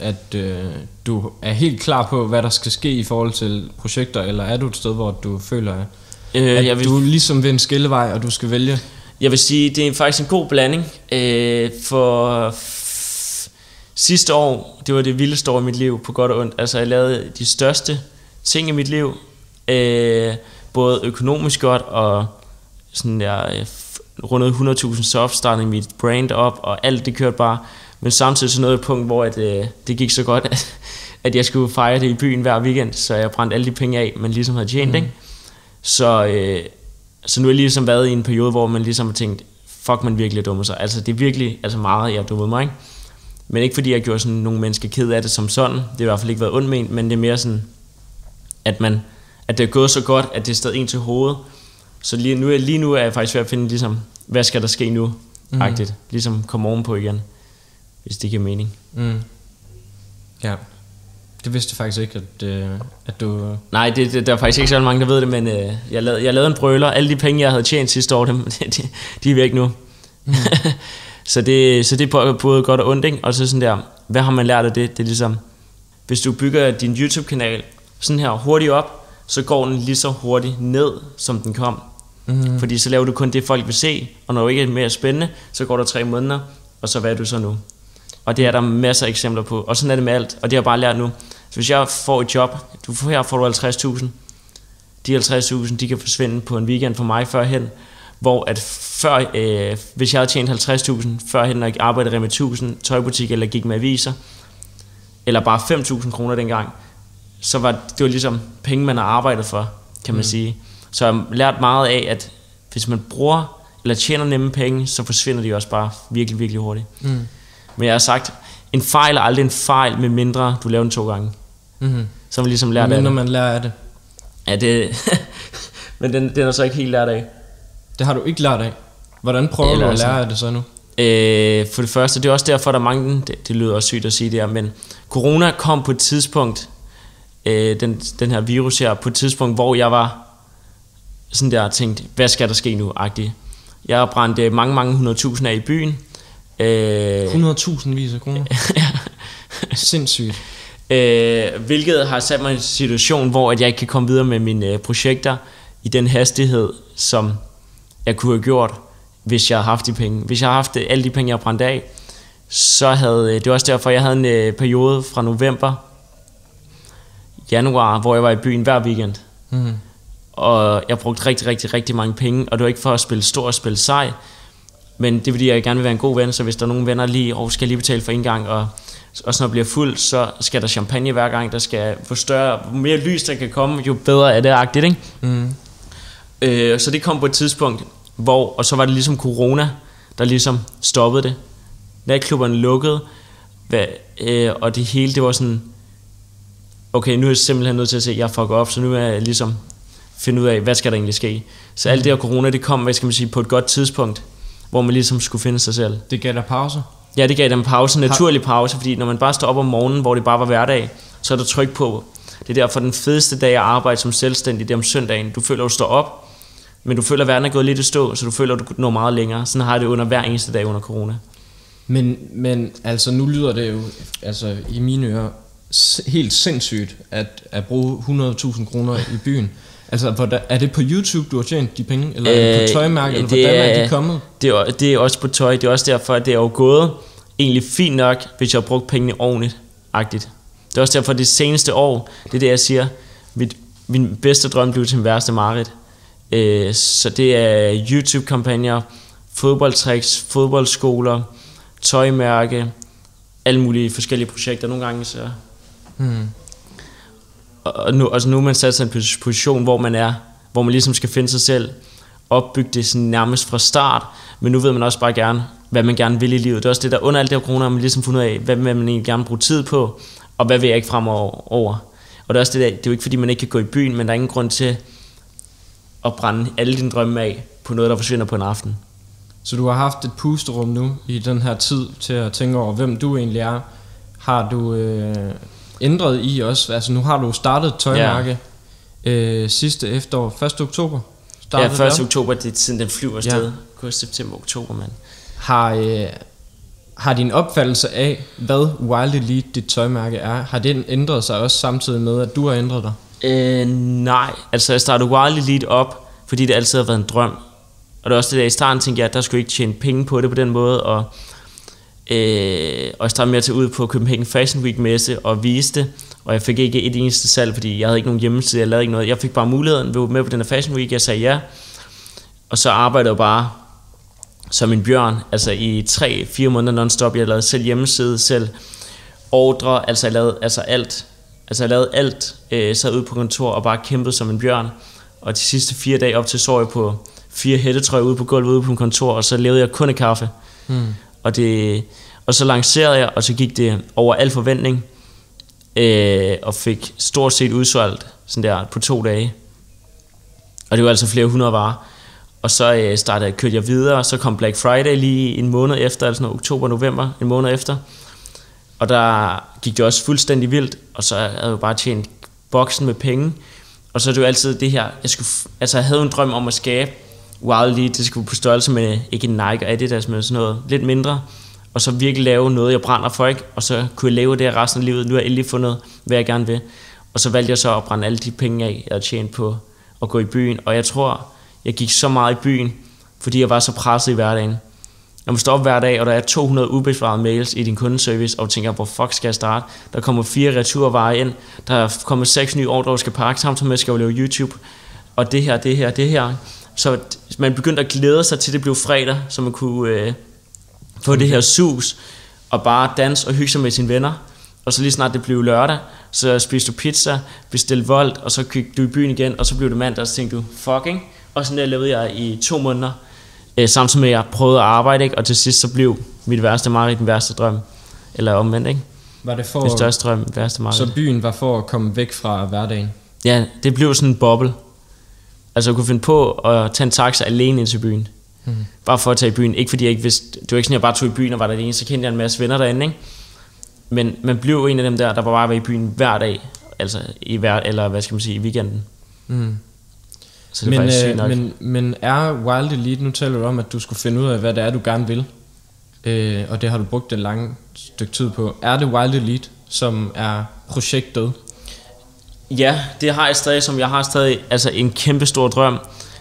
du er helt klar på, hvad der skal ske i forhold til projekter, eller er du et sted, hvor du føler, at du er ligesom ved en skillevej, og du skal vælge? Jeg vil sige, det er faktisk en god blanding. For sidste år, det var det vildeste år i mit liv, på godt og ondt. Altså jeg lavede de største ting i mit liv, både økonomisk godt og sådan der rundet 100.000 subs, startede mit brand op, og alt det kørte bare. Men samtidig så nåede et punkt, hvor det gik så godt, at jeg skulle fejre det i byen hver weekend, så jeg brændte alle de penge af, man ligesom havde tjent, ikke? Så nu er jeg ligesom været i en periode, hvor man ligesom har tænkt, fuck, man virkelig dummer sig. Altså det er virkelig meget, jeg har dummet mig, ikke? Men ikke fordi jeg gjorde sådan nogle mennesker ked af det som sådan. Det har i hvert fald ikke været ondt ment, men det er mere sådan, at det er gået så godt, at det er stadig en til hovedet. Så lige nu er jeg faktisk ved at finde ligesom, hvad skal der ske nu? Agtigt. Ligesom komme ovenpå igen, hvis det giver mening. Ja. Det vidste jeg faktisk ikke, at du... Nej, der er faktisk ikke så mange, der ved det, men jeg lavede en brøler. Alle de penge, jeg havde tjent sidste år, de er væk nu. Så det er både godt og ondt, ikke? Og så sådan der, hvad har man lært af det? Det er ligesom, hvis du bygger din YouTube-kanal sådan her hurtigt op, så går den lige så hurtigt ned, som den kom. Fordi så laver du kun det, folk vil se, og når du ikke er mere spændende, så går der 3 måneder, og så hvad er du så nu? Og det er der masser af eksempler på, og sådan er det med alt, og det har jeg bare lært nu. Så hvis jeg får et job, her får du 50.000, de 50.000, de kan forsvinde på en weekend for mig førhen, hvor at hvis jeg havde tjent 50.000 førhen, når jeg arbejdede med 1000 tøjbutik eller gik med aviser, eller bare 5.000 kroner dengang, så var det var ligesom penge, man har arbejdet for, kan man sige. Så jeg har lært meget af, at hvis man bruger eller tjener nemme penge, så forsvinder de også bare virkelig, virkelig hurtigt. Men jeg har sagt, en fejl er aldrig en fejl, med mindre du laver den 2 gange. Så har man ligesom lært af det. Når man lærer af det. Ja, det men den er så ikke helt lært af. Det har du ikke lært af. Hvordan prøver du at lære af det så nu? For det første, det er også derfor, der er mange, det lyder også sygt at sige det her, men corona kom på et tidspunkt, den her virus her, på et tidspunkt, hvor jeg var sådan der tænkt, hvad skal der ske nu-agtigt. Jeg har brændt mange 100.000 af i byen. 100.000 vis af kroner? Ja. Sindssygt. Hvilket har sat mig i en situation, hvor at jeg ikke kan komme videre med mine projekter i den hastighed, som jeg kunne have gjort, hvis jeg havde haft de penge. Hvis jeg havde haft alle de penge, jeg brændte af, så havde det var også derfor, jeg havde en periode fra november, januar, hvor jeg var i byen hver weekend. Og jeg brugte rigtig mange penge, og det var ikke for at spille stor og spille sej, men det er fordi, jeg gerne vil være en god ven, så hvis der er nogle venner lige, skal jeg lige betale for en gang, og også når jeg bliver fuld, så skal der champagne hver gang, der skal få større, mere lys der kan komme, jo bedre er det agtigt, ikke? Så det kom på et tidspunkt, og så var det ligesom corona, der ligesom stoppede det. Natklubberne lukkede, og det hele, det var sådan, okay, nu er jeg simpelthen nødt til at se, at jeg fucker op, så nu er jeg ligesom finde ud af, hvad skal der egentlig ske. Så alt det her corona, det kom, hvad skal man sige, på et godt tidspunkt, hvor man ligesom skulle finde sig selv. Det gav dig pause? Ja, det gav dem pause, naturlig pause, fordi når man bare står op om morgenen, hvor det bare var hverdag, så er der tryk på. Det er derfor den fedeste dag at arbejde som selvstændig, det er om søndagen. Du føler, at du står op, men du føler, at verden er gået lidt i stå, så du føler, at du når meget længere. Sådan har jeg det under hver eneste dag under corona. Men altså, nu lyder det jo altså, i mine ører helt sindssygt at bruge 100.000 kroner i byen. Altså, er det på YouTube, du har tjent de penge? Eller er det på tøjmærke? Eller hvordan er de kommet? Det er også på tøj. Det er også derfor, at det er jo gået egentlig fint nok, hvis jeg har brugt pengene ordentligt-agtigt. Det er også derfor, at det seneste år, det er det, jeg siger, min bedste drøm blev til min værste mareridt. Så det er YouTube-kampagner, fodboldtricks, fodboldskoler, tøjmærke, alle mulige forskellige projekter. Nogle gange så... Og nu er man sat sig i en position, hvor man ligesom skal finde sig selv, opbygge det sådan nærmest fra start, men nu ved man også bare gerne, hvad man gerne vil i livet. Det er også det, der under alt det her corona, man ligesom fundet ud af, hvad vil man egentlig gerne bruge tid på, og hvad vil jeg ikke fremover. Og det er også det der, det er jo ikke fordi, man ikke kan gå i byen, men der er ingen grund til at brænde alle dine drømme af på noget, der forsvinder på en aften. Så du har haft et pusterum nu i den her tid til at tænke over, hvem du egentlig er. Har du ændret i også? Altså nu har du startet et tøjmærke sidste efterår, 1. oktober. Ja, 1. oktober, det er tiden, den flyver afsted. August, september, oktober, mand. Har din opfattelse af, hvad Wild Elite, dit tøjmærke er, har den ændret sig også samtidig med, at du har ændret dig? Nej, altså jeg startede Wild Elite op, fordi det altid har været en drøm. Og det er også det der, i starten tænkte jeg, at der skulle ikke tjene penge på det på den måde, og jeg startede med at tage ud på Copenhagen Fashion Week messe og vise det, og jeg fik ikke et eneste salg, fordi jeg havde ikke nogen hjemmeside, jeg lavede ikke noget. Jeg fik bare muligheden ved at være med på den her Fashion Week, jeg sagde ja, og så arbejdede jeg bare som en bjørn, altså i 3-4 måneder non-stop. Jeg lavede selv hjemmeside, selv ordre, altså jeg lavede alt, sad ude på kontor og bare kæmpede som en bjørn, og de sidste 4 dage op til så jeg på 4 hættetrøjer ude på gulvet ude på en kontor, og så lavede jeg kun et kaffe. Og så lancerede jeg, og så gik det over al forventning, og fik stort set udsolgt sådan der på 2 dage. Og det var altså flere 100 varer. Og så kørte jeg videre, og så kom Black Friday lige en måned efter, altså oktober, november, en måned efter. Og der gik det også fuldstændig vildt, og så havde jeg jo bare tjent boksen med penge. Og så er det jo altid det her, jeg havde en drøm om at skabe Wild Elite, det skulle på størrelse med, ikke en Nike og Adidas, men sådan noget lidt mindre. Og så virkelig lave noget, jeg brænder for, ikke? Og så kunne jeg lave det her resten af livet. Nu har jeg endelig fundet, hvad jeg gerne vil. Og så valgte jeg så at brænde alle de penge af, jeg havde tjent på at gå i byen. Og jeg tror, jeg gik så meget i byen, fordi jeg var så presset i hverdagen. Når man står op hver dag, og der er 200 ubesvarede mails i din kundeservice, og du tænker, hvor fuck skal jeg starte? Der kommer 4 returvarer ind, der er kommet 6 nye ordre, der skal pakke, samtidig med, skal jeg lave YouTube. Og det her. Så man begyndte at glæde sig til, det blev fredag, så man kunne få det her sus, og bare danse og hygge sig med sine venner. og så lige snart det blev lørdag, så spiste du pizza, bestilte Volt, og så gik du i byen igen, og så blev det mandag, og så tænkte du, fucking. Og sådan der levede jeg i 2 måneder, samtidig med at jeg prøvede at arbejde, ikke? Og til sidst så blev mit værste mareridt den værste drøm. Eller omvendt, ikke? Var det for min største drøm, værste mareridt. Så byen var for at komme væk fra hverdagen? Ja, det blev sådan en boble. Altså jeg kunne finde på at tage en taxa alene ind til byen. Bare for at tage i byen. Ikke fordi jeg ikke vidste, det var ikke sådan, jeg bare tog i byen og var der alene. Så kendte jeg en masse venner derinde, ikke? Men man blev en af dem der bare var i byen hver dag. Altså eller hvad skal man sige, i weekenden. Så det er faktisk sygt nok. Men er Wild Elite, nu taler du om, at du skulle finde ud af, hvad det er, du gerne vil. Og det har du brugt et langt stykke tid på. Er det Wild Elite, som er projektet? Ja, det har jeg stadig, som jeg har stadig altså en kæmpe stor drøm.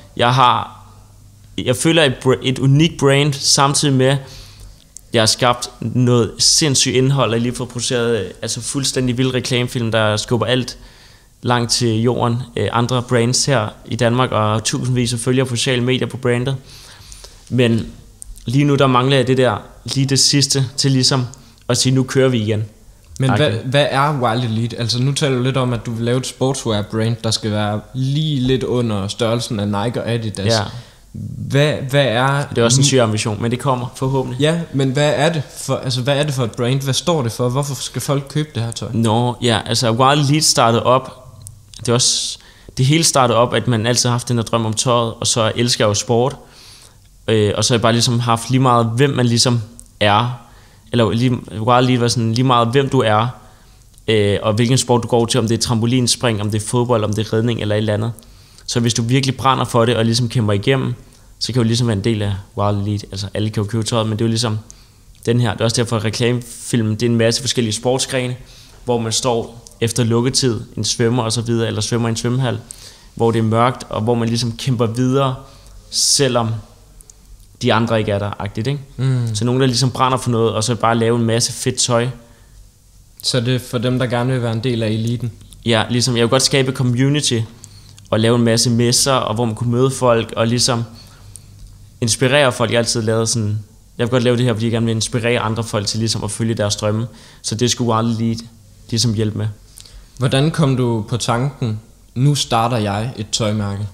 Jeg føler et unikt brand, samtidig med jeg har skabt noget sindssygt indhold, og jeg lige fået produceret altså fuldstændig vild reklamefilm, der skubber alt langt til jorden. Andre brands her i Danmark, og tusindvis af følgere på sociale medier på brandet. Men lige nu der mangler jeg det der, lige det sidste til ligesom at sige, nu kører vi igen. Men hvad er Wild Elite? Altså nu taler du lidt om, at du vil lave et sportswear brand, der skal være lige lidt under størrelsen af Nike og Adidas. Ja. Hvad er... Det er også en syg ambition, men det kommer forhåbentlig. Ja, men hvad er det for et brand? Hvad står det for? Hvorfor skal folk købe det her tøj? Ja, altså Wild Elite startede op. Det hele startede op, at man altid har haft den her drøm om tøjet, og så elsker jeg jo sport. Og så har jeg bare ligesom haft lige meget, hvem man ligesom er. Eller Wild Elite var sådan lige meget, hvem du er, og hvilken sport du går til, om det er trampolinspring, om det er fodbold, om det er redning eller et eller andet. Så hvis du virkelig brænder for det og ligesom kæmper igennem, så kan du ligesom være en del af Wild Elite. Altså alle kan jo købe tøjet, men det er jo ligesom den her. Det er også derfor, at reklamefilmen, det er en masse forskellige sportsgrene, hvor man står efter lukketid, en svømmer og så videre, eller svømmer i en svømmehal, hvor det er mørkt, og hvor man ligesom kæmper videre, selvom de andre ikke er der-agtigt, ikke? Så nogen, der ligesom brænder for noget, og så bare lave en masse fedt tøj. Så det er for dem, der gerne vil være en del af eliten? Ja, ligesom jeg vil godt skabe community, og lave en masse messer, og hvor man kunne møde folk, og ligesom inspirere folk. Jeg har altid lavet sådan, jeg vil godt lave det her, fordi jeg gerne vil inspirere andre folk til ligesom at følge deres drømme. Så det skulle Wild Elite ligesom hjælpe med. Hvordan kom du på tanken, nu starter jeg et tøjmærke?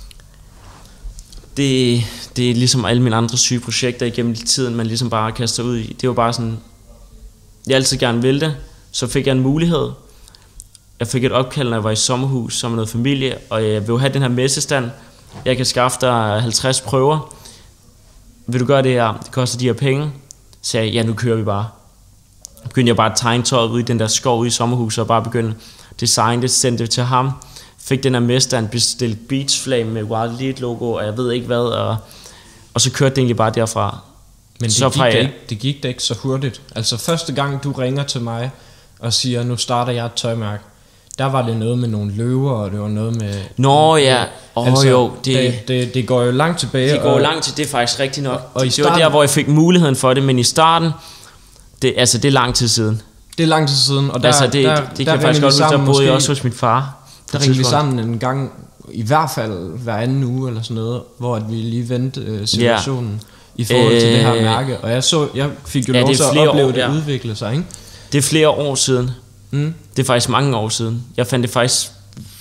Det er ligesom alle mine andre syge projekter igennem tiden, man ligesom bare kaster ud i. Det var bare sådan, jeg altid gerne ville det. Så fik jeg en mulighed. Jeg fik et opkald, når jeg var i sommerhus sammen med noget familie, og jeg vil jo have den her messestand. Jeg kan skaffe dig 50 prøver. Vil du gøre det her? Det koster de her penge. Så sagde jeg, ja, nu kører vi bare. Så begyndte jeg bare at tegne tøjet ud i den der skov ude i sommerhuset, og bare begyndte at designe det, sendte det til ham. Fik den her messestand, bestilte beachflag med Wild Elite logo, og jeg ved ikke hvad, og så kørte det egentlig bare derfra. Men det gik da ikke så hurtigt. Altså første gang du ringer til mig og siger, nu starter jeg et tøjmærke, der var det noget med nogle løver, og det var noget med... Nå ja, altså, jo. Det går jo langt tilbage. Det går langt til, det er faktisk rigtigt nok. Og det var der, hvor jeg fik muligheden for det, men i starten, det er lang tid siden. Det er lang tid siden, og det kan jeg faktisk godt huske, der boede jeg også hos min far. Der ringte vi sammen en gang, i hvert fald hver anden uge eller sådan noget, hvor vi lige vendte situationen i forhold til det her mærke. Og jeg fik jo lov til at opleve det udvikle sig, ikke? Det er flere år siden. Det er faktisk mange år siden. Jeg fandt det faktisk,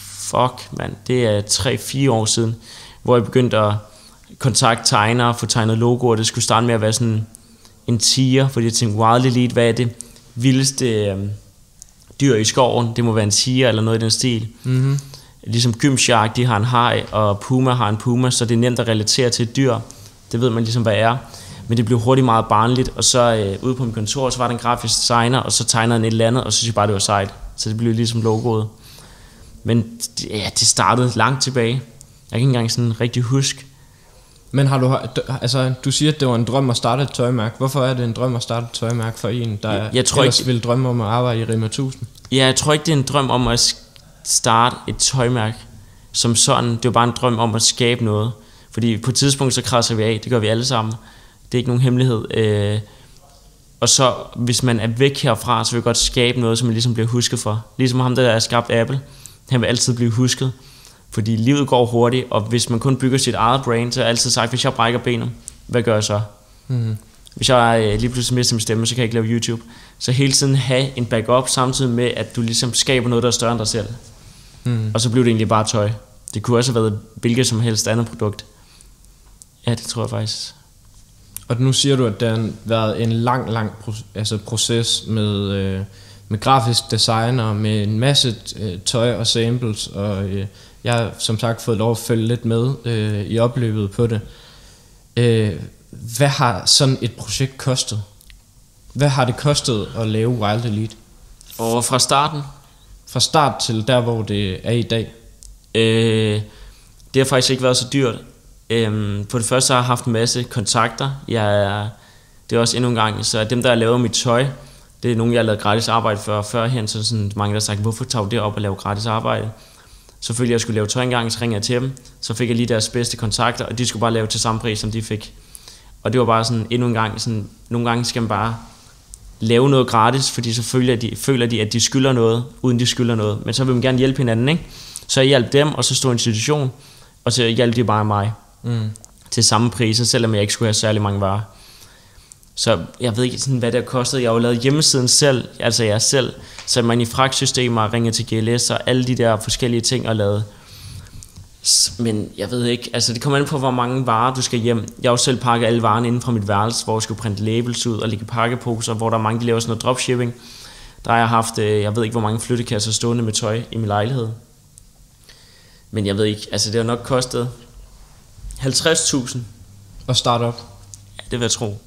det er 3-4 år siden, hvor jeg begyndte at kontakte tegnere, få tegnet logoer. Det skulle starte med at være sådan en tiger, fordi jeg tænkte, Wild Elite, hvad er det vildeste dyr i skoven? Det må være en tiger eller noget i den stil. Ligesom Gymshark, de har en haj, og Puma har en puma, så det er nemt at relatere til et dyr. Det ved man ligesom, hvad er. Men det blev hurtigt meget barnligt, og så ude på mit kontor, så var der en grafisk designer, og så tegnede han et eller andet, og så synes jeg bare, det var sejt. Så det blev ligesom logoet. Men det startede langt tilbage. Jeg kan ikke engang sådan rigtig huske. Men du siger, at det var en drøm at starte et tøjmærke. Hvorfor er det en drøm at starte et tøjmærke for en, der ellers vil drømme om at arbejde i Rema 1000? Ja, jeg tror ikke, det er en drøm om at starte et tøjmærke som sådan. Det var bare en drøm om at skabe noget. Fordi på et tidspunkt, så krasser vi af. Det gør vi alle sammen. Det er ikke nogen hemmelighed. Og så, hvis man er væk herfra, så vil jeg godt skabe noget, som man ligesom bliver husket for. Ligesom ham, der har skabt Apple. Han vil altid blive husket. Fordi livet går hurtigt, og hvis man kun bygger sit eget brand, så har jeg altid sagt, hvis jeg brækker benet, hvad gør jeg så? Hvis jeg lige pludselig mister min stemme, så kan jeg ikke lave YouTube. Så hele tiden have en backup, samtidig med, at du ligesom skaber noget, der er større end dig selv. Og så blev det egentlig bare tøj. Det kunne også have været hvilket som helst andet produkt. Ja, det tror jeg faktisk. Og nu siger du, at der har været en lang proces med grafisk design og med en masse tøj og samples, og jeg har som sagt fået lov at følge lidt med i opløbet på det. Hvad har sådan et projekt kostet? Hvad har det kostet at lave Wild Elite? Og fra starten? Fra start til der, hvor det er i dag? Det har faktisk ikke været så dyrt. På det første har jeg haft en masse kontakter. Det er også endnu en gang, så dem der har lavet mit tøj, det er nogen jeg har lavet gratis arbejde for førhen, så sådan mange der har sagt, hvorfor tager du det op og laver gratis arbejde? Så følte jeg skulle lave tøj engang, så ringede jeg til dem, så fik jeg lige deres bedste kontakter, og de skulle bare lave til samme pris som de fik. Og det var bare sådan endnu en gang, sådan, nogle gange skal man bare lave noget gratis, fordi så føler de at de skylder noget, uden de skylder noget, men så vil man gerne hjælpe hinanden, ikke? Så jeg hjalp dem, og så stod en institution, og så hjalp de bare mig til samme priser, selvom jeg ikke skulle have særlig mange varer. Så jeg ved ikke sådan, hvad det har kostet. Jeg har jo lavet hjemmesiden selv, altså jeg selv sat mig ind i fragtsystemer, ringet til GLS og alle de der forskellige ting og lavet. Men jeg ved ikke, altså det kommer an på, hvor mange varer du skal hjem. Jeg har jo selv pakket alle varerne inden fra mit værelse, hvor jeg skulle printe labels ud og lægge pakkeposer, hvor der er mange, der laver sådan noget dropshipping. Der har jeg haft, jeg ved ikke, hvor mange flyttekasser stående med tøj i min lejlighed. Men jeg ved ikke, altså det har nok kostet 50.000 at starte op. Ja, det vil jeg tro.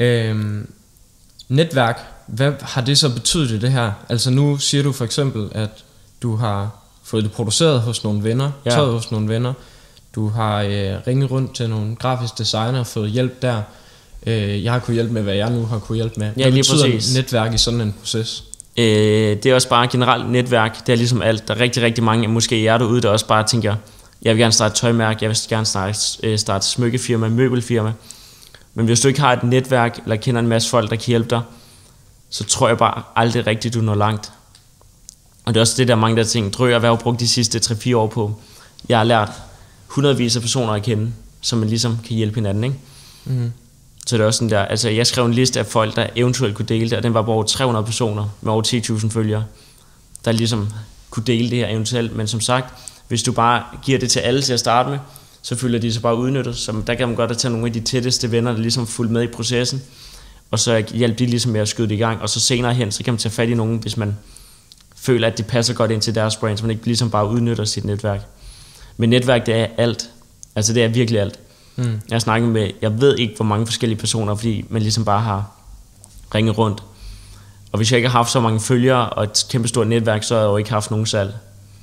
Netværk, hvad har det så betydet i det her? Altså nu siger du for eksempel, at du har fået det produceret hos nogle venner, tøjet hos nogle venner. Du har ringet rundt til nogle grafiske designer og fået hjælp der. Jeg har kunnet hjælpe med, hvad jeg nu har kunnet hjælpe med. Ja, hvad lige betyder præcis. Netværk i sådan en proces? Det er også bare generelt netværk. Det er ligesom alt. Der er rigtig, rigtig mange, måske jer derude, der også bare tænker, jeg vil gerne starte et tøjmærke, jeg vil gerne starte smykkefirma, møbelfirma. Men hvis du ikke har et netværk, eller kender en masse folk, der kan hjælpe dig, så tror jeg bare aldrig rigtigt, du når langt. Og det er også det, der mange der ting, hvad har jeg brugt de sidste 3-4 år på. Jeg har lært hundredvis af personer at kende, som man ligesom kan hjælpe hinanden, ikke? Så det er også sådan der, altså jeg skrev en liste af folk, der eventuelt kunne dele det, og den var på over 300 personer med over 10.000 følgere, der ligesom kunne dele det her eventuelt. Men som sagt, hvis du bare giver det til alle til at starte med, så føler de sig bare udnyttet. Så der kan man godt tage nogle af de tætteste venner, der ligesom fulgte med i processen, og så hjælpe de ligesom med at skyde det i gang. Og så senere hen, så kan man tage fat i nogen, hvis man føler, at det passer godt ind til deres brand, så man ikke ligesom bare udnytter sit netværk. Men netværk, det er alt. Altså det er virkelig alt. Jeg har snakket med, jeg ved ikke hvor mange forskellige personer, fordi man ligesom bare har ringet rundt. Og hvis jeg ikke har haft så mange følgere og et kæmpe stort netværk, så har jeg jo ikke haft nogen salg.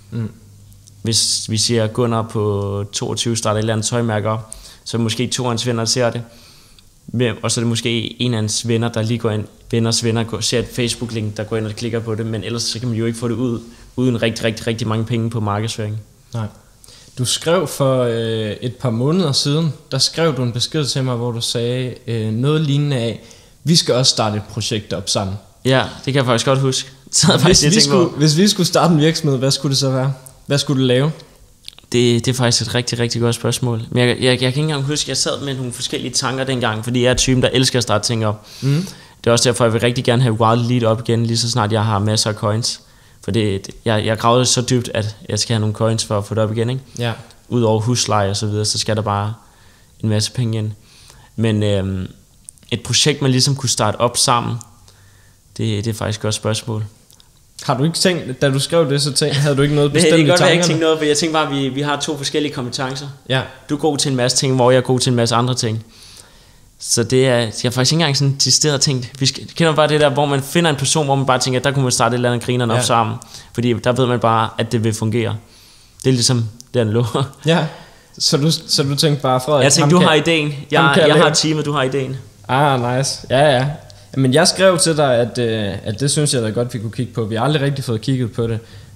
Hvis vi siger Gunnar på 22 starter et eller andet tøjmærke op, så er det måske 2 af hans venner, der ser det. Og så er det måske en af hans venner, der lige går ind, ser et Facebook-link, der går ind og klikker på det. Men ellers så kan man jo ikke få det ud, uden rigtig mange penge på markedsføring. Nej. Du skrev for et par måneder siden, der skrev du en besked til mig, hvor du sagde noget lignende af, vi skal også starte et projekt op sammen. Ja, det kan jeg faktisk godt huske. Hvis vi skulle starte en virksomhed, hvad skulle det så være? Hvad skulle du lave? Det er faktisk et rigtig godt spørgsmål. Men jeg kan ikke engang huske, at jeg sad med nogle forskellige tanker dengang, fordi jeg er typen, der elsker at starte ting op. Det er også derfor, jeg vil rigtig gerne have Wild Elite op igen, lige så snart jeg har masser af coins. For jeg gravede så dybt, at jeg skal have nogle coins for at få det op igen, ikke? Ja. Udover husleje og så videre, så skal der bare en masse penge ind. Men et projekt, man ligesom kunne starte op sammen, det er faktisk et godt spørgsmål. Har du ikke tænkt, da du skrev det, så havde du ikke noget bestemt i tankerne? Det kan godt være, jeg ikke tænkt noget, for jeg tænkte bare, at vi har 2 forskellige kompetencer. Ja. Du er god til en masse ting, hvor jeg er god til en masse andre ting. Så det er, jeg har faktisk ikke engang sådan til stedet tænkt. Kender bare det der, hvor man finder en person, hvor man bare tænker, at der kunne man starte et eller andet grinerne op sammen. Fordi der ved man bare, at det vil fungere. Det er ligesom den lå. Ja, så du tænkte bare, Frederik, jeg tænkte, du har ideen. Jeg har teamet, du har ideen. Nice. Ja. Men jeg skrev til dig, at det synes jeg da godt, vi kunne kigge på. Vi har aldrig rigtig fået kigget på det.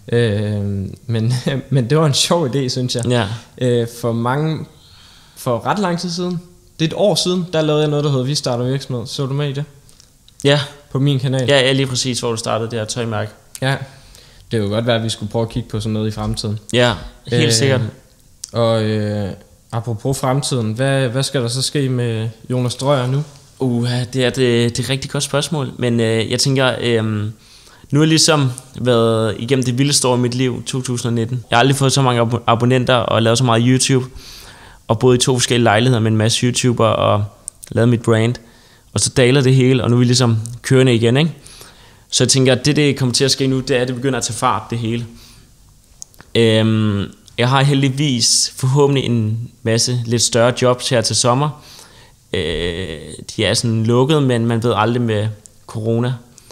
Men det var en sjov idé, synes jeg. Ja. For ret lang tid siden, det er et år siden, der lavede jeg noget, der hedder Vi Starter Virksomhed. Så du med i det? Ja. På min kanal? Ja, lige præcis, hvor du startede det her tøjmærke. Ja. Det kunne godt være, at vi skulle prøve at kigge på sådan noget i fremtiden. Ja, helt sikkert. Og apropos fremtiden, hvad skal der så ske med Jonas Drøyer nu? Det er et rigtig godt spørgsmål. Men jeg tænker, nu har jeg ligesom været igennem det vildeste år i mit liv, 2019. Jeg har aldrig fået så mange abonnenter og lavet så meget YouTube. Og boet i 2 forskellige lejligheder med en masse YouTuber og lavet mit brand. Og så daler det hele, og nu er vi ligesom kørende igen, ikke? Så jeg tænker, at det kommer til at ske nu, det er, at det begynder at tage fart, det hele. Jeg har heldigvis forhåbentlig en masse lidt større jobs her til sommer. De er sådan lukket, men man ved aldrig med corona.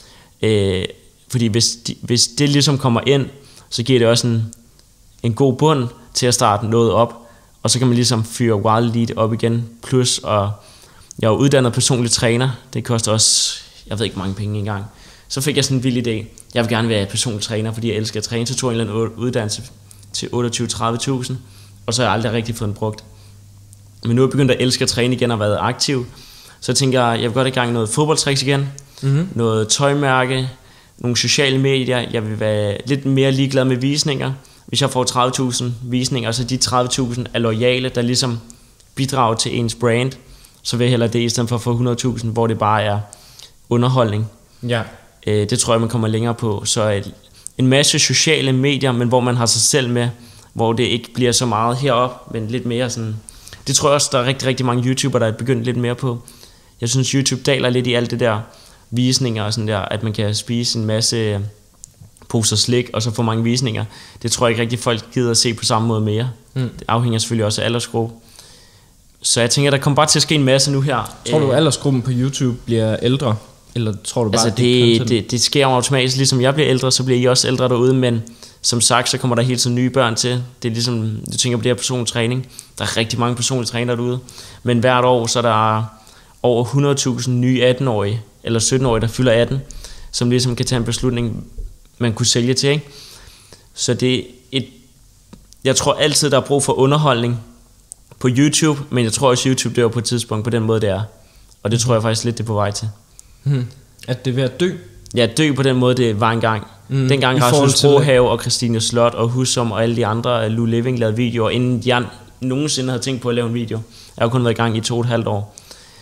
Fordi hvis det ligesom kommer ind, så giver det også en god bund til at starte noget op. Og så kan man ligesom fyre Wild Elite op igen. Plus, og jeg er uddannet personlig træner. Det koster også, jeg ved ikke, mange penge engang. Så fik jeg sådan en vild idé. Jeg vil gerne være personlig træner, fordi jeg elsker at træne. Så tog jeg en eller anden uddannelse til 28-30.000. Og så har jeg aldrig rigtig fået den brugt. Men nu er jeg begyndt at elske at træne igen og været aktiv. Så jeg tænker, jeg vil godt i gang noget fodboldtricks igen. Noget tøjmærke. Nogle sociale medier. Jeg vil være lidt mere ligeglad med visninger. Hvis jeg får 30.000 visninger, så de 30.000 er loyale, der ligesom bidrager til ens brand, så vil jeg hellere det, i stedet for at få 100.000, hvor det bare er underholdning. Ja. Det tror jeg, man kommer længere på. Så en masse sociale medier, men hvor man har sig selv med, hvor det ikke bliver så meget herop, men lidt mere sådan. Det tror jeg også, der er rigtig, rigtig mange YouTubere, der er begyndt lidt mere på. Jeg synes, YouTube daler lidt i alt det der visninger og sådan der, at man kan spise en masse poser slik, og så få mange visninger. Det tror jeg ikke rigtig folk gider at se på samme måde mere. Det afhænger selvfølgelig også af aldersgruppe. Så jeg tænker, der kommer bare til at ske en masse nu her. Tror du, aldersgruppen på YouTube bliver ældre? Eller tror du bare, altså det sker automatisk. Ligesom jeg bliver ældre, så bliver I også ældre derude, men som sagt, så kommer der hele tiden nye børn til. Det er ligesom, du tænker på det her personlig træning. Der er rigtig mange personlige trænere derude. Men hvert år, så er der over 100.000 nye 18-årige, eller 17-årige, der fylder 18, som ligesom kan tage en beslutning, man kunne sælge til, ikke? Så det er jeg tror altid, der er brug for underholdning på YouTube, men jeg tror også, YouTube dør på et tidspunkt på den måde, det er. Og det tror jeg faktisk lidt, det er på vej til. At det er ved at dø? Ja, dø på den måde, det var engang. Dengang Rasmus Brohave og Christine Slot og Husum og alle de andre Lou Living lavede videoer, inden de nogensinde havde tænkt på at lave en video. Jeg har kun været i gang i 2,5 år.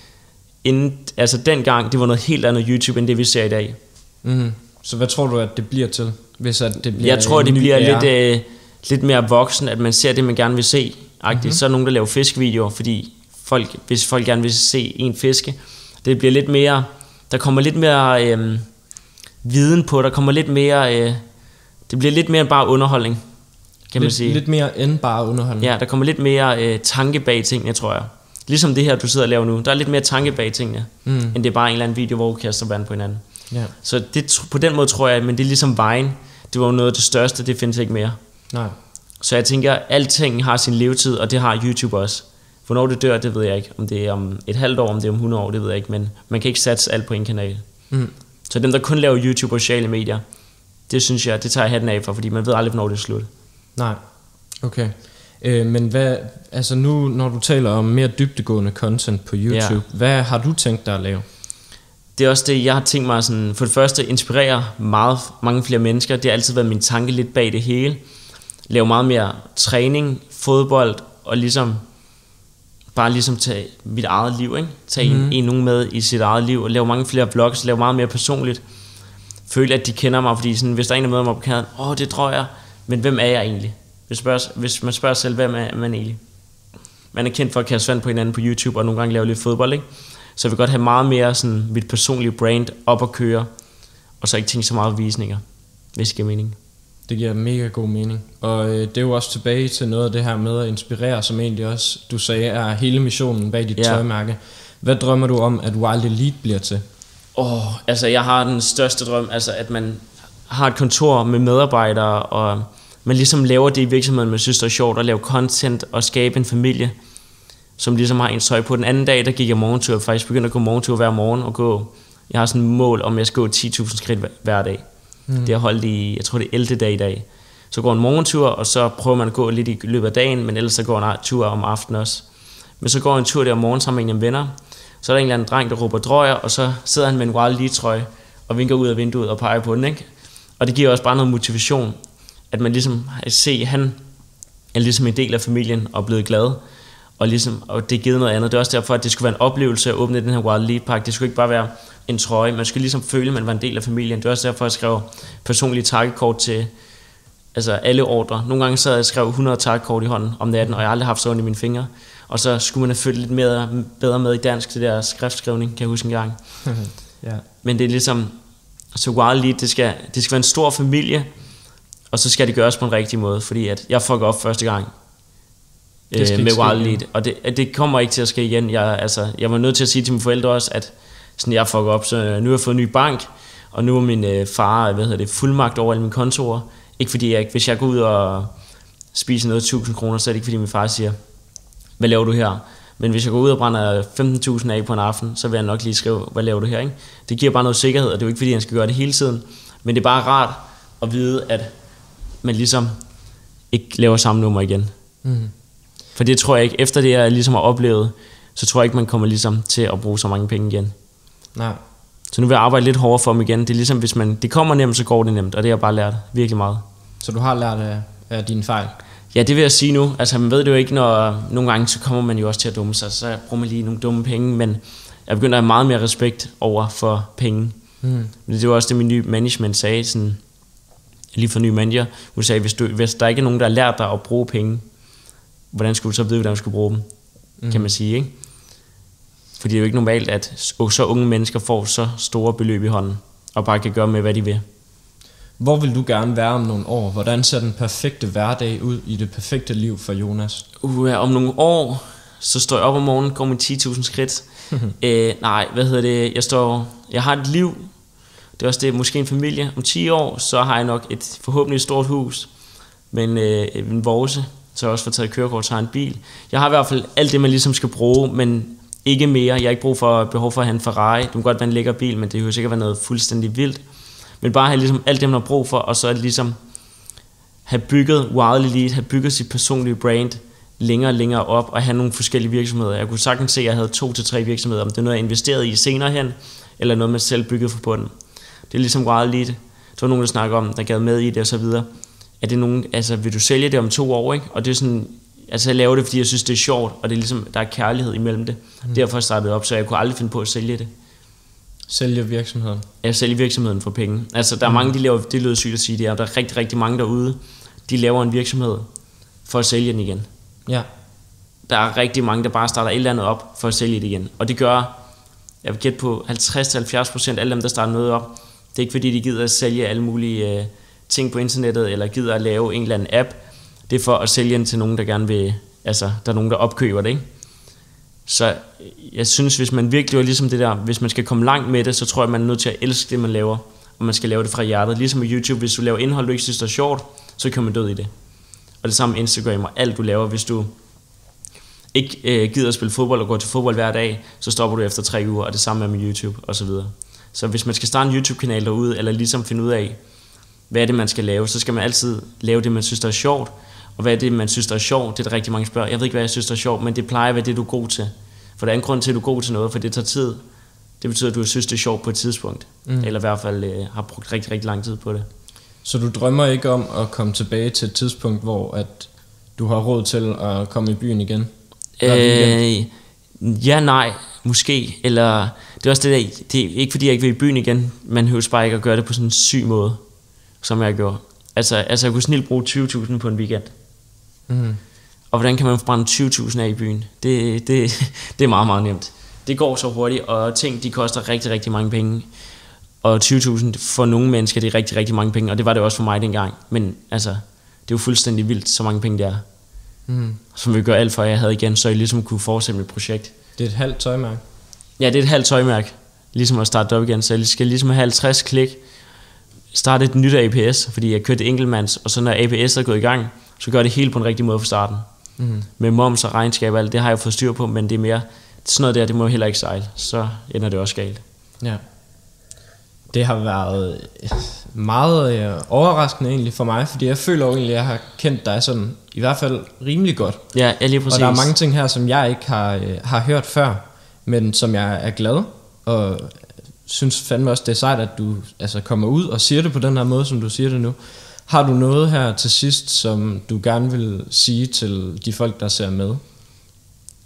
Altså dengang, det var noget helt andet YouTube, end det vi ser i dag. Så hvad tror du, at det bliver til? Hvis at det bliver jeg tror, det bliver lidt mere voksen, at man ser det, man gerne vil se. Så er nogen, der laver fiskvideoer, fordi hvis folk gerne vil se en fiske, det bliver lidt mere, der kommer lidt mere viden på, der kommer lidt mere, det bliver lidt mere end bare underholdning, kan man sige. Lidt mere end bare underholdning. Ja, der kommer lidt mere tanke bag tingene, tror jeg. Ligesom det her, du sidder og laver nu, der er lidt mere tanke bag tingene, end det er bare en eller anden video, hvor du kaster vand på hinanden. Ja. Så på den måde tror jeg, men det er ligesom vejen. Det var jo noget af det største, det findes ikke mere. Nej. Så jeg tænker, alting har sin levetid, og det har YouTube også. Hvornår det dør, det ved jeg ikke. Om det er om et halvt år, om det er om 100 år, det ved jeg ikke. Men man kan ikke satse alt på en kanal. Så dem, der kun laver YouTube og sociale medier, det synes jeg, det tager jeg hatten af for, fordi man ved aldrig, hvornår det er slut. Nej, okay. Men hvad, altså nu, når du taler om mere dybdegående content på YouTube, hvad har du tænkt dig at lave? Det er også det, jeg har tænkt mig sådan, for det første inspirere mange flere mennesker. Det har altid været min tanke lidt bag det hele. Lave meget mere træning, fodbold og bare tage mit eget liv, ikke? Tage nogen med i sit eget liv og lave mange flere vlogs, lave meget mere personligt. Føle, at de kender mig, fordi sådan, hvis der er en, der møder mig på kanalen, det tror jeg, men hvem er jeg egentlig? Hvis man spørger selv, hvem er man egentlig? Man er kendt for at kaste vand på hinanden på YouTube og nogle gange lave lidt fodbold, ikke? Så jeg vil godt have meget mere sådan mit personlige brand op at køre, og så ikke tænke så meget visninger, hvis det giver mening. Det giver mega god mening. Og det er jo også tilbage til noget af det her med at inspirere, som egentlig også, du sagde, er hele missionen bag dit tøjmærke. Hvad drømmer du om, at Wild Elite bliver til? Altså jeg har den største drøm, altså at man har et kontor med medarbejdere, og man ligesom laver det i virksomheden, man synes det er sjovt, at lave content og skabe en familie, som ligesom har ens tøj på. Den anden dag, der gik jeg morgentur, faktisk begyndte at gå morgentur hver morgen og gå. Jeg har sådan et mål om, at jeg skal gå 10.000 skridt hver dag. Det har holdt i, jeg tror det er 11. dag i dag. Så går en morgentur, og så prøver man at gå lidt i løbet af dagen, men ellers så går en tur om aftenen også. Men så går en tur der om morgenen sammen med en venner. Så er der en eller anden dreng, der råber drøjer, og så sidder han med en Wild Elite trøje og vinker ud af vinduet og peger på den, ikke? Og det giver også bare noget motivation, at man ligesom ser, han er ligesom en del af familien og er blevet glad. og det givet noget andet. Det er også derfor, at det skulle være en oplevelse at åbne den her Wild Lead pakke. Det skulle ikke bare være en trøje. Man skulle ligesom føle, at man var en del af familien. Det er også derfor, at jeg skrev personlige takkekort til alle ordre. Nogle gange så havde jeg skrevet 100 takkekort i hånden om natten, og jeg har aldrig haft så ondt i mine fingre. Og så skulle man have følt lidt bedre med i dansk, det der skriftskrivning, kan jeg huske en gang. Ja. Men det er ligesom, så Wild Lead, det skal være en stor familie, og så skal det gøres på en rigtig måde, fordi at jeg fucker op første gang med Wild Lead, og det kommer ikke til at ske igen. Jeg var nødt til at sige til mine forældre også, at sådan, jeg fucker op, så nu har jeg fået en ny bank, og nu er min far, fuldmagt over alle mine kontorer. Ikke fordi hvis jeg går ud og spiser noget 1000 kroner, så er det ikke fordi min far siger, hvad laver du her? Men hvis jeg går ud og brænder 15.000 af på en aften, så vil jeg nok lige skrive, hvad laver du her? Ikke? Det giver bare noget sikkerhed, og det er jo ikke fordi, jeg skal gøre det hele tiden. Men det er bare rart at vide, at man ligesom ikke laver samme nummer igen. Mm. For det tror jeg ikke, efter det jeg ligesom har oplevet, så tror jeg ikke, man kommer ligesom til at bruge så mange penge igen. Nej. Så nu vil jeg arbejde lidt hårdere for dem igen. Det er ligesom, hvis det kommer nemt, så går det nemt, og det har jeg bare lært virkelig meget. Så du har lært af dine fejl? Ja, det vil jeg sige nu. Man ved det jo ikke, når nogle gange så kommer man jo også til at dumme sig, så bruger man lige nogle dumme penge, men jeg begynder at have meget mere respekt over for penge. Mm. Det var også det, min nye management sagde, sådan, lige for ny manager, hun sagde, hvis der ikke er nogen, der har lært dig at bruge penge, hvordan skulle du så vide, hvordan du skulle bruge dem, kan man sige, ikke? Fordi det er jo ikke normalt, at så unge mennesker får så store beløb i hånden, og bare kan gøre med, hvad de vil. Hvor vil du gerne være om nogle år? Hvordan ser den perfekte hverdag ud i det perfekte liv for Jonas? Om nogle år, så står jeg op om morgenen, går med 10.000 skridt. Jeg har et liv, det er også det, måske en familie. Om 10 år, så har jeg nok et forhåbentlig stort hus, men en vorse, så jeg også får taget kørekort, så har en bil. Jeg har i hvert fald alt det, man ligesom skal bruge, men ikke mere. Jeg har ikke behov for at have en Ferrari. Det må godt være en lækker bil, men det vil sikkert være noget fuldstændig vildt. Men bare have ligesom alt det, man har brug for, og så er det ligesom have bygget Wild Lead, have bygget sit personlige brand længere og længere op, og have nogle forskellige virksomheder. Jeg kunne sagtens se, at jeg havde 2 til 3 virksomheder, om det er noget, jeg investerede i senere hen, eller noget, man selv byggede fra bunden. Det er ligesom Wild Lead. Der var nogen, der snakker om, der gav med i det og så videre. Er det nogen, vil du sælge det om 2 år, ikke? Og det er sådan, jeg laver det, fordi jeg synes, det er sjovt, og det er ligesom, der er kærlighed imellem det. Derfor startede jeg op, så jeg kunne aldrig finde på at sælge det. Sælge virksomheden? Ja, sælge virksomheden for penge. Der er mange, de laver, det lyder sygt at sige det, der er rigtig, rigtig mange derude, de laver en virksomhed for at sælge den igen. Ja. Der er rigtig mange, der bare starter et eller andet op for at sælge det igen. Og det gør, jeg vil gætte på 50-70% af alle dem, der starter noget op. Det er ikke fordi, de gider at sælge alle mulige ting på internettet, eller gider at lave en eller anden app. Det er for at sælge den til nogen, der gerne vil, der er nogen, der opkøber det, ikke? Så jeg synes, hvis man virkelig er ligesom det der, hvis man skal komme langt med det, så tror jeg, man er nødt til at elske det, man laver, og man skal lave det fra hjertet. Ligesom med YouTube, hvis du laver indhold, du ikke synes, der er sjovt, så kan man død i det. Og det samme med Instagram og alt, du laver. Hvis du ikke gider at spille fodbold og gå til fodbold hver dag, så stopper du efter 3 uger, og det samme med YouTube og så videre. Så hvis man skal starte en YouTube-kanal derude, eller ligesom finde ud af, hvad er det, man skal lave, så skal man altid lave det, man synes, der er sjovt. Og hvad er det, man synes, der er sjovt? Det er der rigtig mange spørger. Jeg ved ikke, hvad jeg synes, der er sjovt, men det plejer at være det, du er god til. For der er en grund til, at du er god til noget, for det tager tid. Det betyder, at du synes, det er sjovt på et tidspunkt. Eller i hvert fald har brugt rigtig, rigtig lang tid på det. Så du drømmer ikke om at komme tilbage til et tidspunkt, hvor at du har råd til at komme i byen igen? Ja, nej, måske. Eller det er også det der, det er ikke fordi, jeg ikke vil i byen igen. Man hører bare ikke at gøre det på sådan en syg måde, som jeg gjorde. Jeg kunne snilt bruge 20.000 på en weekend. Og hvordan kan man brænde 20.000 af i byen? Det er meget, meget nemt. Det går så hurtigt, og ting, de koster rigtig, rigtig mange penge. Og 20.000 for nogle mennesker, det er rigtig, rigtig mange penge, og det var det også for mig dengang. Men det er jo fuldstændig vildt, så mange penge det er. Som vi gør alt for, at jeg havde igen, så jeg ligesom kunne fortsætte mit projekt. Det er et halvt tøjmærke? Ja, det er et halvt tøjmærke. Ligesom at starte op igen, så jeg skal ligesom have 50 klik. Starte et nyt APS, fordi jeg kørte enkeltmands, og så når APS er gået i gang, så gør det helt på en rigtig måde fra starten. Med moms og regnskab og alt, det har jeg fået styr på, men det er mere sådan noget der, det må heller ikke sejle, så ender det også galt. Ja. Det har været meget overraskende egentlig for mig, fordi jeg føler jo egentlig, at jeg har kendt dig sådan, i hvert fald rimelig godt. Ja, lige præcis. Og der er mange ting her, som jeg ikke har hørt før, men som jeg er glad, og synes fandme også, det er sejt, at du kommer ud og siger det på den her måde, som du siger det nu. Har du noget her til sidst, som du gerne vil sige til de folk, der ser med?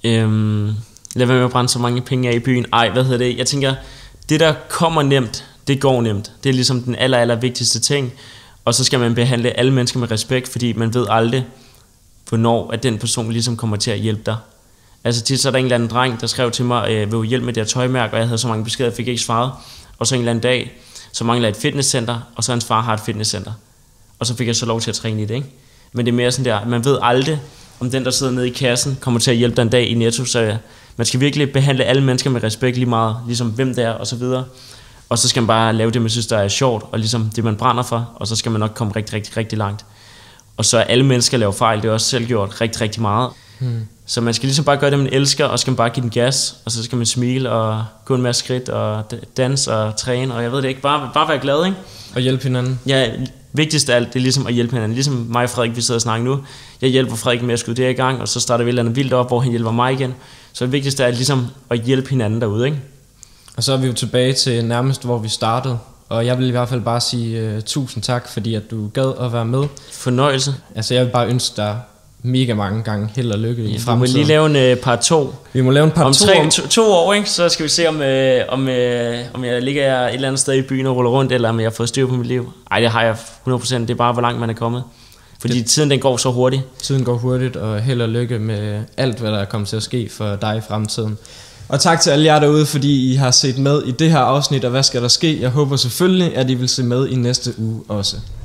Lad være med at brænde så mange penge af i byen. Jeg tænker, det der kommer nemt, det går nemt. Det er ligesom den aller vigtigste ting. Og så skal man behandle alle mennesker med respekt, fordi man ved aldrig, hvornår at den person ligesom kommer til at hjælpe dig. Altså tit så er der en eller anden dreng, der skrev til mig, vil du hjælpe med det her tøjmærke, og jeg havde så mange beskeder, jeg fik ikke svaret. Og så en eller anden dag, så mangler jeg et fitnesscenter, og så hans far har et fitnesscenter. Og så fik jeg så lov til at træne i det, ikke? Men det er mere sådan der, man ved aldrig, om den der sidder nede i kassen kommer til at hjælpe dig en dag i Netto, så man skal virkelig behandle alle mennesker med respekt lige meget, ligesom hvem det er og så videre. Og så skal man bare lave det, man synes der er sjovt, og ligesom det man brænder for, og så skal man nok komme rigtig langt. Og så alle mennesker laver fejl, det er også selv gjort rigtig meget. Så man skal ligesom bare gøre det, man elsker, og så skal man bare give den gas, og så skal man smile og gå en masse skridt og danse og træne, og jeg ved det ikke, bare være glad, ikke? Og hjælpe hinanden. Ja, vigtigst af alt, det er ligesom at hjælpe hinanden. Ligesom mig og Frederik, vi sidder og snakker nu. Jeg hjælper Frederik med at skyde det her i gang, og så starter vi et eller andet vildt op, hvor han hjælper mig igen. Så det vigtigste er ligesom at hjælpe hinanden derude, ikke? Og så er vi jo tilbage til nærmest, hvor vi startede. Og jeg vil i hvert fald bare sige tusind tak, fordi at du gad at være med. Fornøjelse. Altså jeg vil bare ønske dig mega mange gange held og lykke i fremtiden. Vi må lige lave en part 2. Vi må lave en part 2 om 2 år, ikke? Så skal vi se om jeg ligger et eller andet sted i byen og ruller rundt, eller om jeg har fået styr på mit liv. Ej, det har jeg 100%. Det er bare, hvor langt man er kommet. Fordi tiden den går så hurtigt. Tiden går hurtigt, og held og lykke med alt, hvad der er kommet til at ske for dig i fremtiden. Og tak til alle jer derude, fordi I har set med i det her afsnit, og hvad skal der ske? Jeg håber selvfølgelig, at I vil se med i næste uge også.